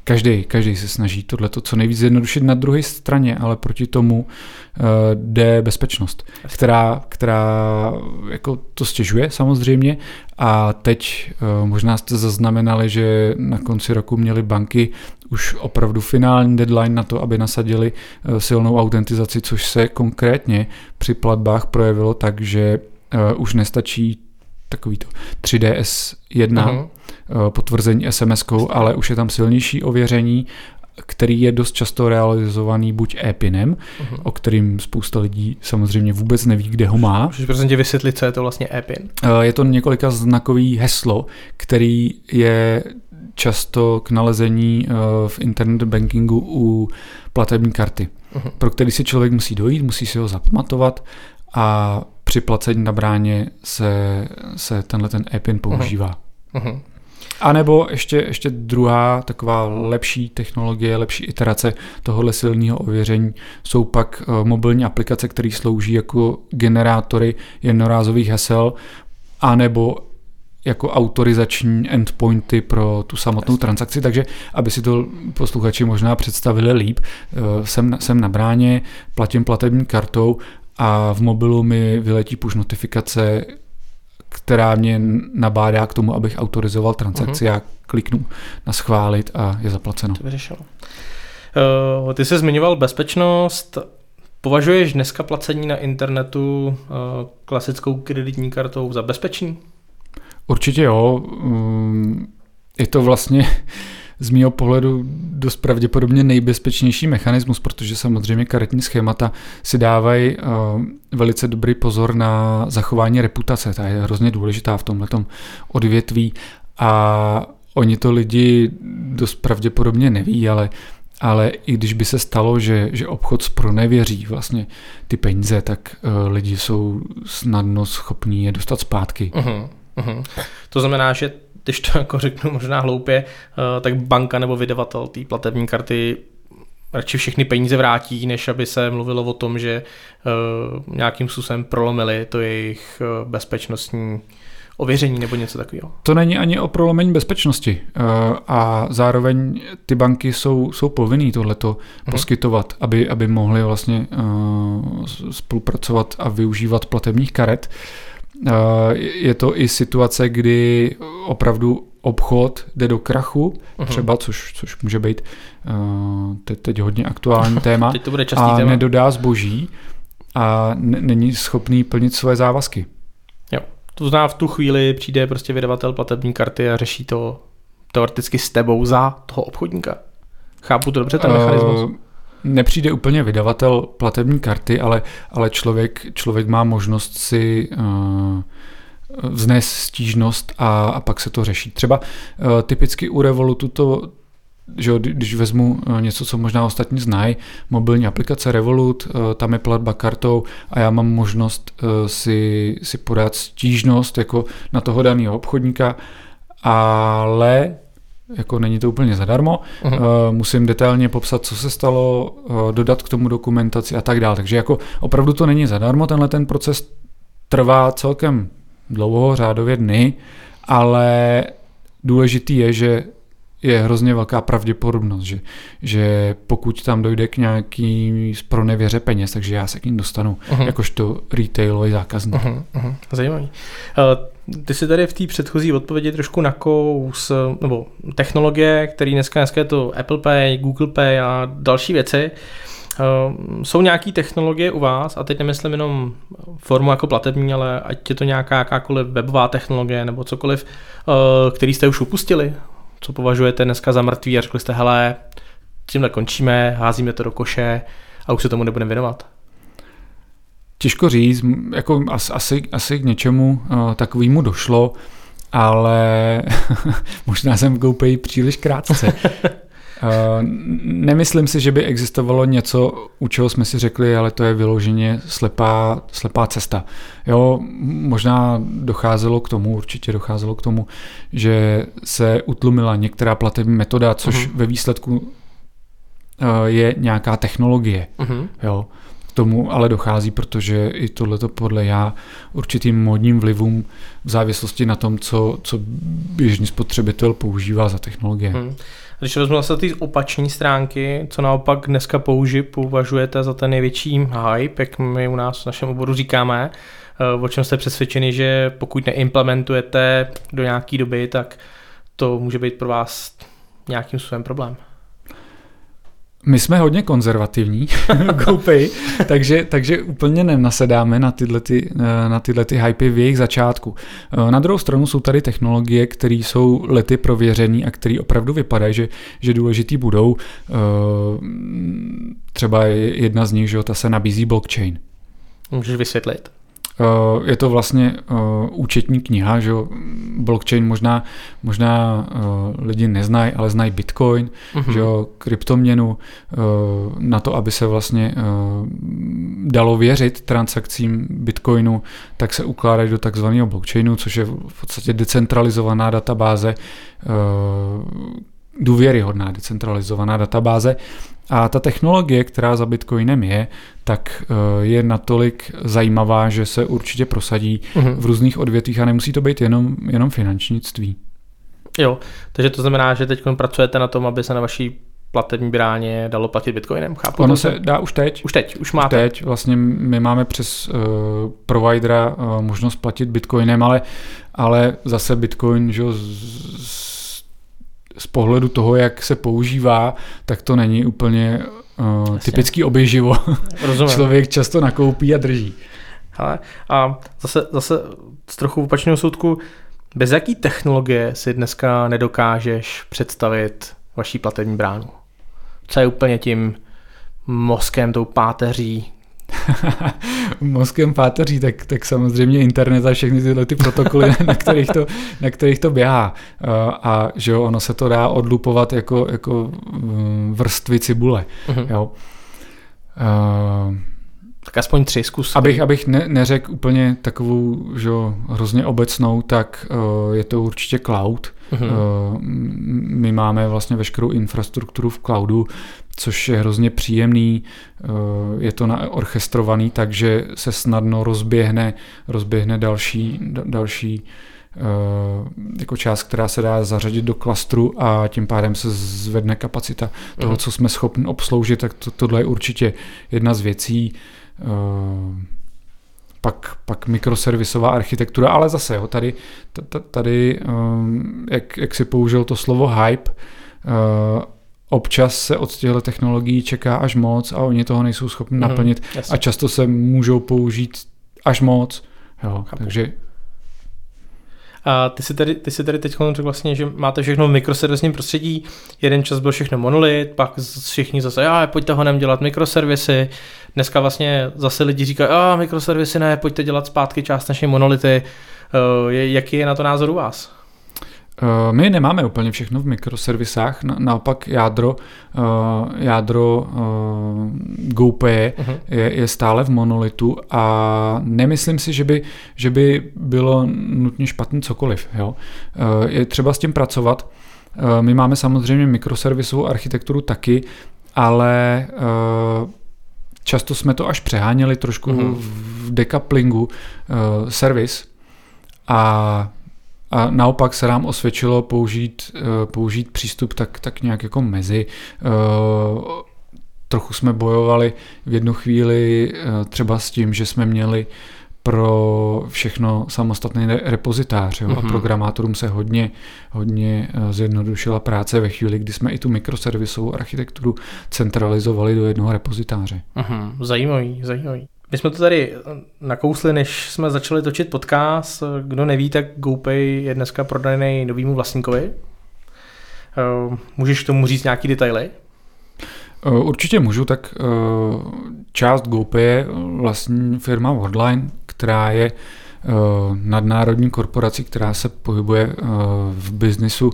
každý, každý se snaží tohleto co nejvíc zjednodušit na druhé straně, ale proti tomu uh, jde bezpečnost, která, která jako to stěžuje samozřejmě a teď uh, možná jste zaznamenali, že na konci roku měly banky už opravdu finální deadline na to, aby nasadili uh, silnou autentizaci, což se konkrétně při platbách projevilo tak, že uh, už nestačí takovýto tři D S jedna uh-huh. potvrzení es em eskou, ale už je tam silnější ověření, který je dost často realizovaný buď e-pinem, uh-huh. o kterým spousta lidí samozřejmě vůbec neví, kde ho má. Můžeš prostě vysvětlit, co je to vlastně e-pin? Je to několika znakový heslo, který je často k nalezení v internet bankingu u platební karty, uh-huh. pro který si člověk musí dojít, musí si ho zapamatovat a při placení na bráně se, se tenhle ten e-pin používá. Uh-huh. A nebo ještě, ještě druhá taková lepší technologie, lepší iterace tohohle silného ověření jsou pak uh, mobilní aplikace, které slouží jako generátory jednorázových hesel anebo jako autorizační endpointy pro tu samotnou Jasně. transakci, takže aby si to posluchači možná představili líp, uh, jsem, jsem na bráně, platím platební kartou a v mobilu mi vyletí push notifikace, která mě nabádá k tomu, abych autorizoval transakci. Uh-huh. Já kliknu na schválit a je zaplaceno. To vyřešilo. Uh, ty jsi zmiňoval bezpečnost. Považuješ dneska placení na internetu uh, klasickou kreditní kartou za bezpečný? Určitě jo. Um, je to vlastně z mého pohledu dost pravděpodobně nejbezpečnější mechanismus, protože samozřejmě karetní schémata si dávají uh, velice dobrý pozor na zachování reputace. Ta je hrozně důležitá v tomhletom odvětví a oni to lidi dost pravděpodobně neví, ale, ale i když by se stalo, že, že obchod zpronevěří vlastně ty peníze, tak uh, lidi jsou snadno schopní je dostat zpátky. Uh-huh, uh-huh. To znamená, že když to jako řeknu možná hloupě, tak banka nebo vydavatel té platební karty radši všechny peníze vrátí, než aby se mluvilo o tom, že nějakým způsobem prolomili to jejich bezpečnostní ověření nebo něco takového. To není ani o prolomení bezpečnosti a zároveň ty banky jsou, jsou povinný tohleto hmm. poskytovat, aby, aby mohly vlastně spolupracovat a využívat platebních karet. Je to i situace, kdy opravdu obchod jde do krachu, uh-huh. třeba, což, což může být uh, teď, teď hodně aktuální téma, teď to bude častý a téma. Nedodá zboží a n- není schopný plnit svoje závazky. Jo, to znamená v tu chvíli přijde prostě vydavatel platební karty a řeší to teoreticky s tebou za toho obchodníka. Chápu to dobře, ten uh, mechanismus? Nepřijde úplně vydavatel platební karty, ale, ale člověk, člověk má možnost si uh, vznést stížnost a, a pak se to řeší. Třeba uh, typicky u Revolutu to, že když vezmu uh, něco, co možná ostatní znají, mobilní aplikace Revolut, uh, tam je platba kartou a já mám možnost uh, si, si podat stížnost jako na toho daného obchodníka, ale jako není to úplně zadarmo, uh-huh. uh, musím detailně popsat, co se stalo, uh, dodat k tomu dokumentaci a tak dále. Takže jako opravdu to není zadarmo, tenhle ten proces trvá celkem dlouho, řádově dny, ale důležitý je, že je hrozně velká pravděpodobnost, že, že pokud tam dojde k nějaký zpronevěře peněz, takže já se k ním dostanu, uh-huh. jakožto retailový zákazník. Uh-huh. Uh-huh. Zajímavý. Uh, ty jsi tady v té předchozí odpovědi trošku nakous, nebo technologie, které dneska, dneska je to Apple Pay, Google Pay a další věci. Uh, jsou nějaké technologie u vás, a teď nemyslím jenom formu jako platební, ale ať je to nějaká jakákoliv webová technologie nebo cokoliv, uh, který jste už upustili? Co považujete dneska za mrtvý a řekli jste, hele, tímhle končíme, házíme to do koše a už se tomu nebudeme věnovat? Těžko říct, jako asi, asi k něčemu uh, takovému došlo, ale možná jsem v GoPay příliš krátce. Uh, nemyslím si, že by existovalo něco, u čeho jsme si řekli, ale to je vyloženě slepá, slepá cesta. Jo, možná docházelo k tomu, určitě docházelo k tomu, že se utlumila některá platební metoda, což uh-huh. ve výsledku uh, je nějaká technologie. Uh-huh. Jo. tomu ale dochází, protože i tohleto podle já určitým módním vlivům v závislosti na tom, co, co běžný spotřebitel používá za technologie. Hmm. Když vezmu zase ty opační stránky, co naopak dneska použi, považujete za ten největší hype, jak my u nás v našem oboru říkáme, o čem jste přesvědčeni, že pokud neimplementujete do nějaké doby, tak to může být pro vás nějakým způsobem problém? My jsme hodně konzervativní, GoPay, takže, takže úplně nenasedáme na tyhle, ty, na tyhle ty hypy v jejich začátku. Na druhou stranu jsou tady technologie, které jsou lety prověřené a které opravdu vypadají, že, že důležitý budou. Třeba jedna z nich, že ta se nabízí blockchain. Můžeš vysvětlit? Je to vlastně uh, účetní kniha, že blockchain možná, možná uh, lidi neznají, ale znají Bitcoin, mm-hmm. že kryptoměnu, uh, na to, aby se vlastně uh, dalo věřit transakcím Bitcoinu, tak se ukládají do takzvaného blockchainu, což je v podstatě decentralizovaná databáze, uh, důvěryhodná decentralizovaná databáze. A ta technologie, která za Bitcoinem je, tak je natolik zajímavá, že se určitě prosadí uhum. v různých odvětvích a nemusí to být jenom, jenom finančnictví. Jo, takže to znamená, že teď pracujete na tom, aby se na vaší platební bráně dalo platit Bitcoinem, chápu? Ono se dá už teď. Už teď, už máte. Už teď, vlastně my máme přes uh, providera uh, možnost platit Bitcoinem, ale, ale zase Bitcoin, že z, z pohledu toho, jak se používá, tak to není úplně uh, typický oběživo. Člověk často nakoupí a drží. Hele, a zase, zase z trochu opačného soudku, bez jaký technologie si dneska nedokážeš představit vaší platební bránu? Co je úplně tím mozkem, tou páteří? Mozkem páteří, tak, tak samozřejmě internet a všechny tyhle ty protokoly, na kterých to, na kterých to běhá. A že jo, ono se to dá odlupovat jako, jako vrstvy cibule. Uh-huh. Jo. Uh, tak aspoň tři zkusky. Abych, abych ne, neřekl úplně takovou, že jo, hrozně obecnou, tak uh, je to určitě cloud. Uh-huh. Uh, my máme vlastně veškerou infrastrukturu v cloudu, což je hrozně příjemný, je to naorchestrovaný, takže se snadno rozběhne, rozběhne další, další jako část, která se dá zařadit do klastru a tím pádem se zvedne kapacita toho, mm. co jsme schopni obsloužit, tak to, tohle je určitě jedna z věcí. Pak, pak mikroservisová architektura, ale zase jo, tady, tady jak, jak si použil to slovo hype, občas se od těchto technologií čeká až moc a oni toho nejsou schopni mm, naplnit jasný. A často se můžou použít až moc. Jo, takže... A ty si tady, ty si tady teď řekl vlastně, že máte všechno v mikroservisním prostředí. Jeden čas byl všechno monolit, pak všichni zase, a pojďte ho nem dělat mikroservisy. Dneska vlastně zase lidi říkají, a mikroservisy ne, pojďte dělat zpátky částečně monolity. Jaký je na to názor u vás? My nemáme úplně všechno v mikroservisách, na, naopak jádro, jádro GoPay uh-huh. je, je stále v monolitu a nemyslím si, že by, že by bylo nutně špatný cokoliv. Jo. Je třeba s tím pracovat. My máme samozřejmě mikroservisovou architekturu taky, ale často jsme to až přeháněli trošku uh-huh. v decouplingu servis a A naopak se nám osvědčilo použít, použít přístup tak, tak nějak jako mezi. Trochu jsme bojovali v jednu chvíli třeba s tím, že jsme měli pro všechno samostatný repozitář. Jo? Mm-hmm. A programátorům se hodně, hodně zjednodušila práce ve chvíli, kdy jsme i tu mikroservisovou architekturu centralizovali do jednoho repozitáře. Mm-hmm. Zajímavý, zajímavý. My jsme to tady nakousli, než jsme začali točit podcast. Kdo neví, tak GoPay je dneska prodaný novýmu vlastníkovi. Můžeš k tomu říct nějaký detaily? Určitě můžu, tak část GoPay je vlastní firma Worldline, která je nadnárodní korporací, která se pohybuje v biznisu,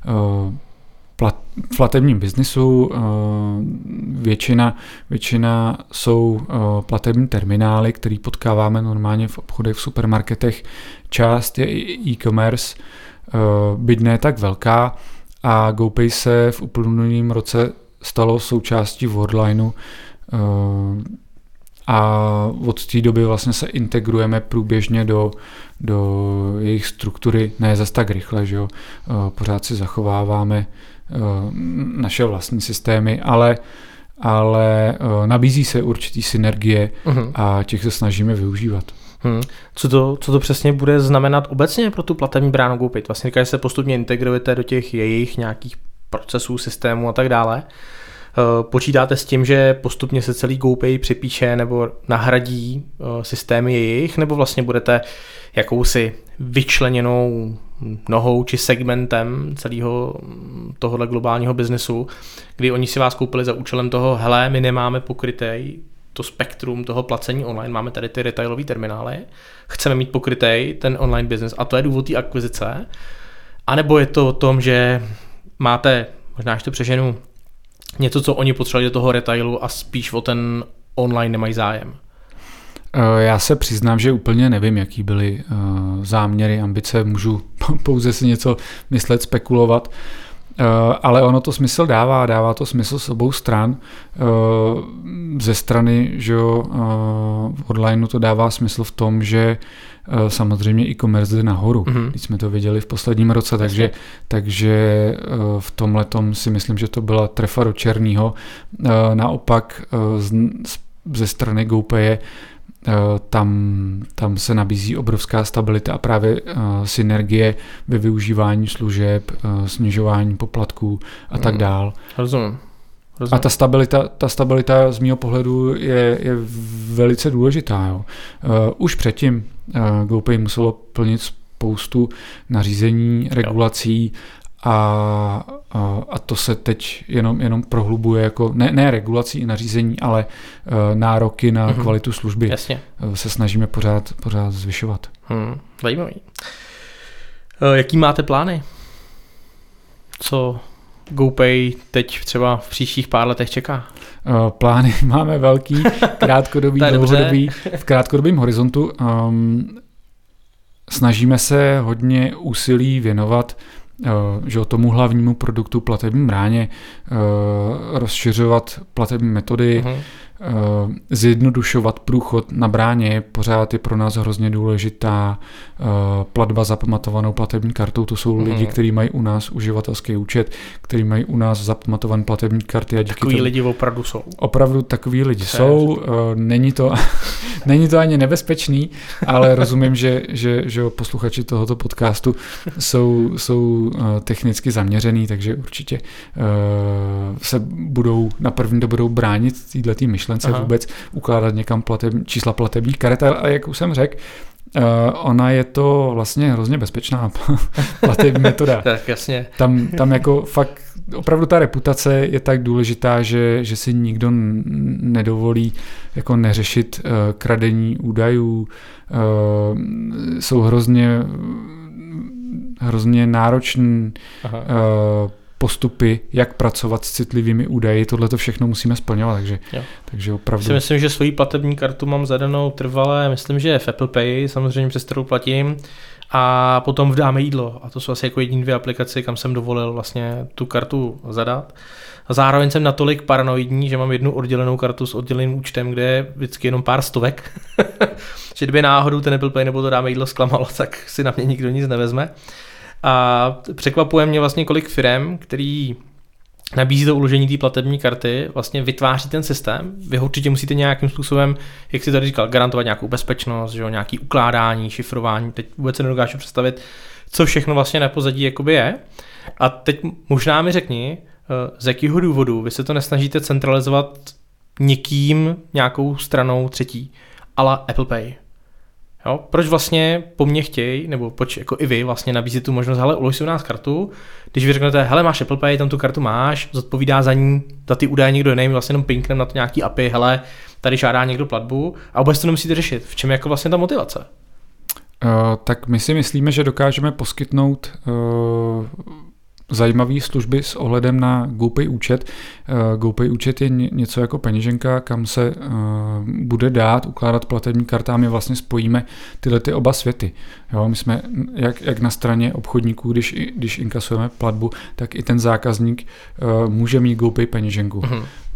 v platebním biznisu. Většina, většina jsou platební terminály, které potkáváme normálně v obchodech, v supermarketech. Část je i e-commerce, byť ne tak velká, a GoPay se v uplynulém roce stalo součástí Worldlineu a od té doby vlastně se integrujeme průběžně do, do jejich struktury, ne zas tak rychle, že jo? Pořád si zachováváme naše vlastní systémy, ale, ale nabízí se určitý synergie uh-huh. a těch se snažíme využívat. Hmm. Co, to, co to přesně bude znamenat obecně pro tu platební bránu GoPay? Vlastně říkáš, že se postupně integrujete do těch jejich nějakých procesů, systémů a tak dále. Počítáte s tím, že postupně se celý GoPay připíše nebo nahradí systémy jejich, nebo vlastně budete jakousi vyčleněnou nohou či segmentem celého tohohle globálního biznesu, kdy oni si vás koupili za účelem toho, hele, my nemáme pokrytej to spektrum toho placení online, máme tady ty retailové terminály, chceme mít pokrytej ten online business a to je důvod té akvizice, anebo je to o tom, že máte, možná ještě přeženu, něco, co oni potřebovali do toho retailu a spíš o ten online nemají zájem? Já se přiznám, že úplně nevím, jaký byly záměry, ambice, můžu pouze si něco myslet, spekulovat, ale ono to smysl dává, dává to smysl s obou stran. Ze strany, že jo, online to dává smysl v tom, že samozřejmě e-commerce jde nahoru. Mm-hmm. Když jsme to viděli v posledním roce, takže, takže v tomhletom si myslím, že to byla trefa do černýho. Naopak ze strany GoPay Tam, tam se nabízí obrovská stabilita a právě uh, synergie ve využívání služeb, uh, snižování poplatků a tak dál. Rozumím. Rozumím. A ta stabilita, ta stabilita z mého pohledu je, je velice důležitá. Jo. Uh, už předtím uh, GoPay muselo plnit spoustu nařízení, regulací a, a, a to se teď jenom, jenom prohlubuje jako ne, ne regulací i nařízení, ale uh, nároky na mm-hmm. kvalitu služby. Jasně. Uh, se snažíme pořád, pořád zvyšovat. Hmm, zajímavý. Uh, jaký máte plány? Co GoPay teď třeba v příštích pár letech čeká? Uh, plány máme velký, krátkodobý, dlouhodobý, v krátkodobém horizontu. Um, snažíme se hodně úsilí věnovat že tomu hlavnímu produktu platební bráně, rozšiřovat platební metody, uh-huh. zjednodušovat průchod na bráně, pořád je pro nás hrozně důležitá platba zapamatovanou platební kartou, to jsou uh-huh. lidi, kteří mají u nás uživatelský účet, kteří mají u nás zapamatované platební karty. A takový to, lidi opravdu jsou. Opravdu takový lidi to jsou, není to, není to ani nebezpečný, ale rozumím, že, že, že posluchači tohoto podcastu jsou, jsou technicky zaměřený, takže určitě se budou na první dobu budou bránit této myšlence Aha. vůbec ukládat někam plateb, čísla platebních karet, ale jak už jsem řekl, Uh, ona je to vlastně hrozně bezpečná platební metoda. Tak jasně. Tam, tam jako fakt opravdu ta reputace je tak důležitá, že, že si nikdo nedovolí jako neřešit uh, kradení údajů. Uh, jsou hrozně hrozně náročný uh, postupy, jak pracovat s citlivými údaji. Tohle to všechno musíme splňovat, takže, takže opravdu... Si myslím, že svoji platební kartu mám zadanou trvalé, myslím, že v Apple Pay, samozřejmě přes kterou platím, a potom v Dáme jídlo. A to jsou asi jako jediné dvě aplikace, kam jsem dovolil vlastně tu kartu zadat. A zároveň jsem natolik paranoidní, že mám jednu oddělenou kartu s odděleným účtem, kde je vždycky jenom pár stovek. Že kdyby náhodou ten Apple Pay nebo to Dáme jídlo zklamalo, tak si na mě nikdo nic nevezme. A překvapuje mě vlastně, kolik firem, který nabízí to uložení té platební karty, vlastně vytváří ten systém. Vy určitě musíte nějakým způsobem, jak si tady říkal, garantovat nějakou bezpečnost, že jo, nějaký ukládání, šifrování. Teď vůbec se nedokážu představit, co všechno vlastně na pozadí jakoby je. A teď možná mi řekni, z jakého důvodu vy se to nesnažíte centralizovat někým, nějakou stranou třetí, ala Apple Pay. Jo? Proč vlastně po mně chtějí, nebo proč jako i vy vlastně nabízí tu možnost, hele, ulož si u nás kartu, když vy řeknete, hele, máš Apple Pay, tam tu kartu máš, zodpovídá za ní, za ty údaje někdo jiný, vlastně jenom pinknem na to nějaký A P I, hele, tady žádá někdo platbu a vůbec to nemusíte řešit. V čem je jako vlastně ta motivace? Uh, tak my si myslíme, že dokážeme poskytnout uh... zajímavé služby s ohledem na GoPay účet. Uh, GoPay účet je něco jako peněženka, kam se uh, bude dát ukládat platební karta. My vlastně spojíme tyhle ty oba světy. Jo, my jsme jak, jak na straně obchodníků, když, když inkasujeme platbu, tak i ten zákazník uh, může mít GoPay peněženku. Uh-huh.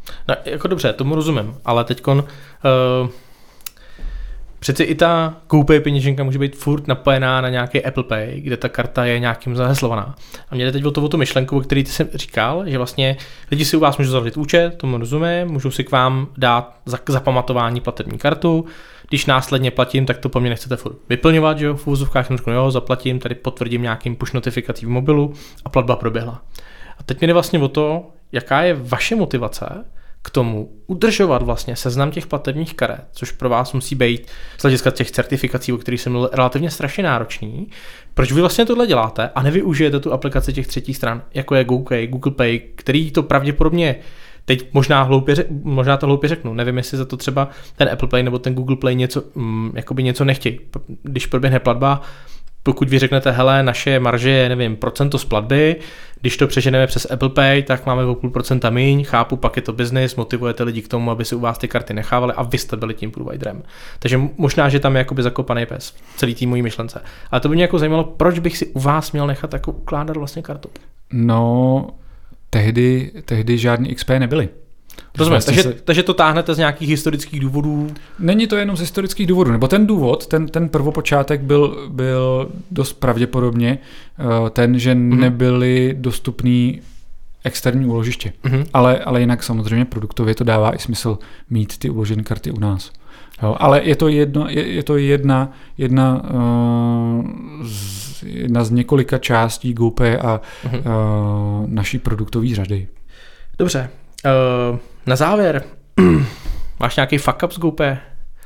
No, jako dobře, tomu rozumím, ale teďkon uh, přeci i ta GoPay peněženka může být furt napojená na nějaký Apple Pay, kde ta karta je nějakým zaheslovaná. A mě jde teď o to, o tu myšlenku, o který ty jsi říkal, že vlastně lidi si u vás můžou zavřít účet, tomu rozumím, můžou si k vám dát za zapamatování platební kartu, když následně platím, tak to po mně nechcete furt vyplňovat, že jo, v úvozovkách jsem řekl, jo, zaplatím, tady potvrdím nějakým push notifikací v mobilu a platba proběhla. A teď mi jde vlastně o to, jaká je vaše motivace k tomu udržovat vlastně seznam těch platebních karet, což pro vás musí být z hlediska těch certifikací, o kterých jsem mluvil, relativně strašně náročný. Proč vy vlastně tohle děláte a nevyužijete tu aplikaci těch třetích stran, jako je GoPay, Google Pay, který to pravděpodobně teď možná, hloupě, možná to hloupě řeknu, nevím, jestli za to třeba ten Apple Pay nebo ten Google Play něco, mm, jakoby něco nechtějí. Když proběhne platba, pokud vy řeknete, hele, naše marže je, nevím, procento z platby, když to přeženeme přes Apple Pay, tak máme o půl procenta míň, chápu, pak je to business, motivujete lidi k tomu, aby si u vás ty karty nechávali a vy jste byli tím providerem. Takže možná, že tam je jakoby zakopaný pes, celý tým mojí myšlence. Ale to by mě jako zajímalo, proč bych si u vás měl nechat jako ukládat vlastně kartu? No, tehdy, tehdy žádný X P nebyly. Rozumím, takže, se... takže to táhnete z nějakých historických důvodů? Není to jenom z historických důvodů, nebo ten důvod, ten, ten prvopočátek byl, byl dost pravděpodobně uh, ten, že mm-hmm. nebyly dostupný externí úložiště. Mm-hmm. Ale, ale jinak samozřejmě produktově to dává i smysl mít ty uložené karty u nás. Jo, ale je to, jedno, je, je to jedna, jedna, uh, z, jedna z několika částí GoPay a mm-hmm. uh, naší produktové řady. Dobře. Uh, na závěr, máš nějaký fuck up z GoPay?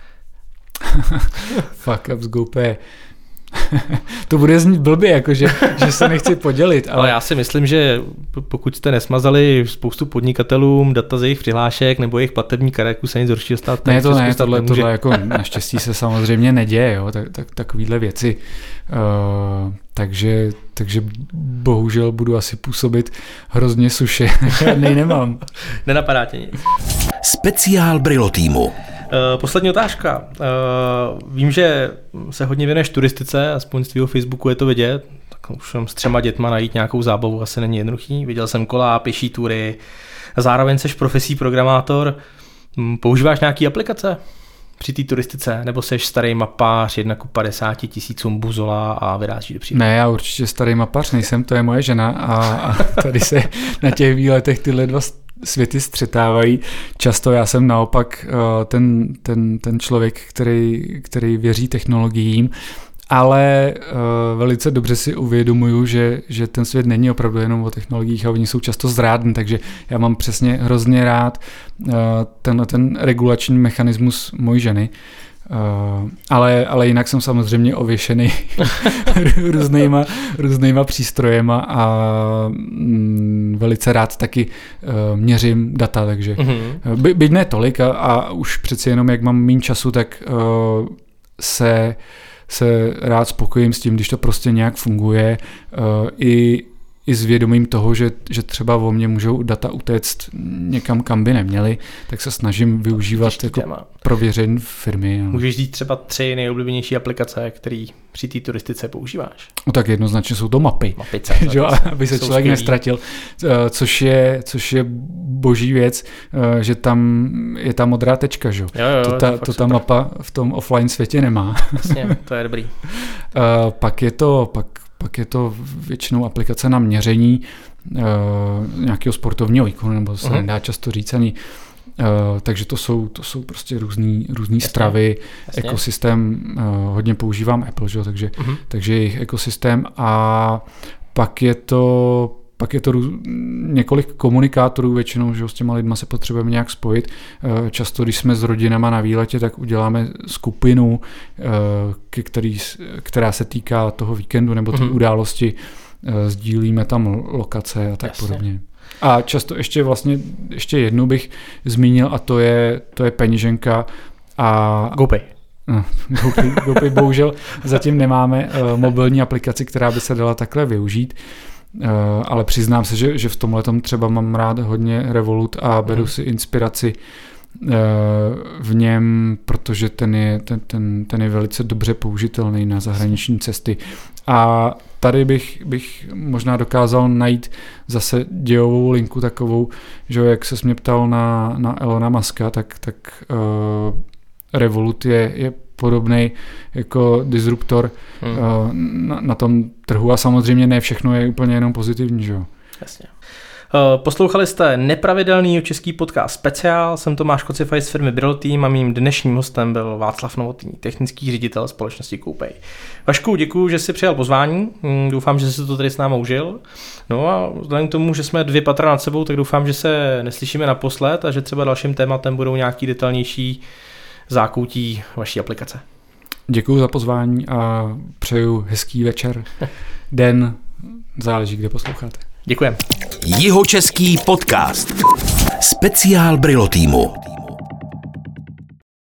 Fuck up z GoPay. To bude znít blbě, jakože, že se nechci podělit. Ale... ale já si myslím, že pokud jste nesmazali spoustu podnikatelům data z jejich přihlášek nebo jejich platební karetku, se nic horšího stát. Ne, to ne, tohle, tohle jako naštěstí se samozřejmě neděje, jo, tak, tak, takovýhle věci. Uh, takže, takže bohužel budu asi působit hrozně suše. Nej nemám. Nenapadá tě nic. Speciál Brilo týmu. Uh, poslední otázka. Uh, vím, že se hodně věnuješ turistice, aspoň z tvýho Facebooku je to vidět. Tak už s třema dětma najít nějakou zábavu asi není jednoduchý. Viděl jsem kola, pěší tury. Zároveň seš profesí programátor. Používáš nějaký aplikace při té turistice? Nebo seš starý mapář, jedna ku padesáti tisícům buzola a vyrážíš do přírody? Ne, já určitě starý mapář nejsem, to je moje žena a, a tady se na těch výletech tyhle dva světy střetávají. Často já jsem naopak ten, ten, ten člověk, který, který věří technologiím, ale uh, velice dobře si uvědomuju, že, že ten svět není opravdu jenom o technologiích a oni jsou často zrádní, takže já mám přesně hrozně rád uh, tenhle ten regulační mechanismus mojí ženy. Uh, ale, ale jinak jsem samozřejmě ověšený různýma, různýma přístrojema a mm, velice rád taky uh, měřím data, takže mm-hmm. by, byť ne tolik a, a už přeci jenom jak mám méně času, tak uh, se se rád spokojím s tím, když to prostě nějak funguje, uh, i, i s vědomím toho, že, že třeba o mě můžou data utéct někam, kam by neměli, tak se snažím využívat jako prověřené firmy. No. Můžeš říct třeba tři nejoblíbenější aplikace, které při té turistice používáš? No tak jednoznačně jsou to mapy, Mapice, že, aby se člověk skvělý. Nestratil, což je, což je boží věc, že tam je ta modrá tečka, že? Jo, jo, to ta, to ta mapa v tom offline světě nemá. Jasně, to je dobrý. Pak je to, pak Pak je to většinou aplikace na měření uh, nějakého sportovního výkonu, nebo se uh-huh. nedá často říct ani. Uh, takže to jsou, to jsou prostě různý, různý jasně, stravy, jasně. Ekosystém, uh, hodně používám Apple, že? Takže, uh-huh. takže jejich ekosystém a pak je to Pak je to růz, několik komunikátorů většinou, že s těma lidma se potřebujeme nějak spojit. Často, když jsme s rodinama na výletě, tak uděláme skupinu, který, která se týká toho víkendu nebo té mm-hmm. události. Sdílíme tam lokace a tak Jasně. podobně. A často ještě vlastně, ještě jednu bych zmínil a to je, to je peněženka a... GoPay. No, GoPay, GoPay bohužel zatím nemáme mobilní aplikaci, která by se dala takhle využít. Uh, ale přiznám se, že, že v tomhletom třeba mám rád hodně Revolut a beru mm. si inspiraci v něm, protože ten je, ten, ten, ten je velice dobře použitelný na zahraniční cesty. A tady bych, bych možná dokázal najít zase dějovou linku takovou, že jak ses mě ptal na, na Elona Muska, tak, tak uh, Revolut je, je podobný jako disruptor hmm. uh, na, na tom trhu a samozřejmě ne všechno je úplně jenom pozitivní, že jo? Jasně. Poslouchali jste nepravidelný český podcast Speciál, jsem Tomáš Kocifaj z firmy Brilo Team a mým dnešním hostem byl Václav Novotný, technický ředitel společnosti Coupé. Vašku, děkuji, že jsi přijal pozvání, doufám, že jsi to tady s námi užil. No a vzhledem k tomu, že jsme dvě patra nad sebou, tak doufám, že se neslyšíme naposled a že třeba dalším tématem budou nějaký detailnější zákoutí vaší aplikace. Děkuji za pozvání a přeju hezký večer, den, záleží, kde posloucháte. Děkujem. Jihočeský podcast. Speciál Brilo Týmu.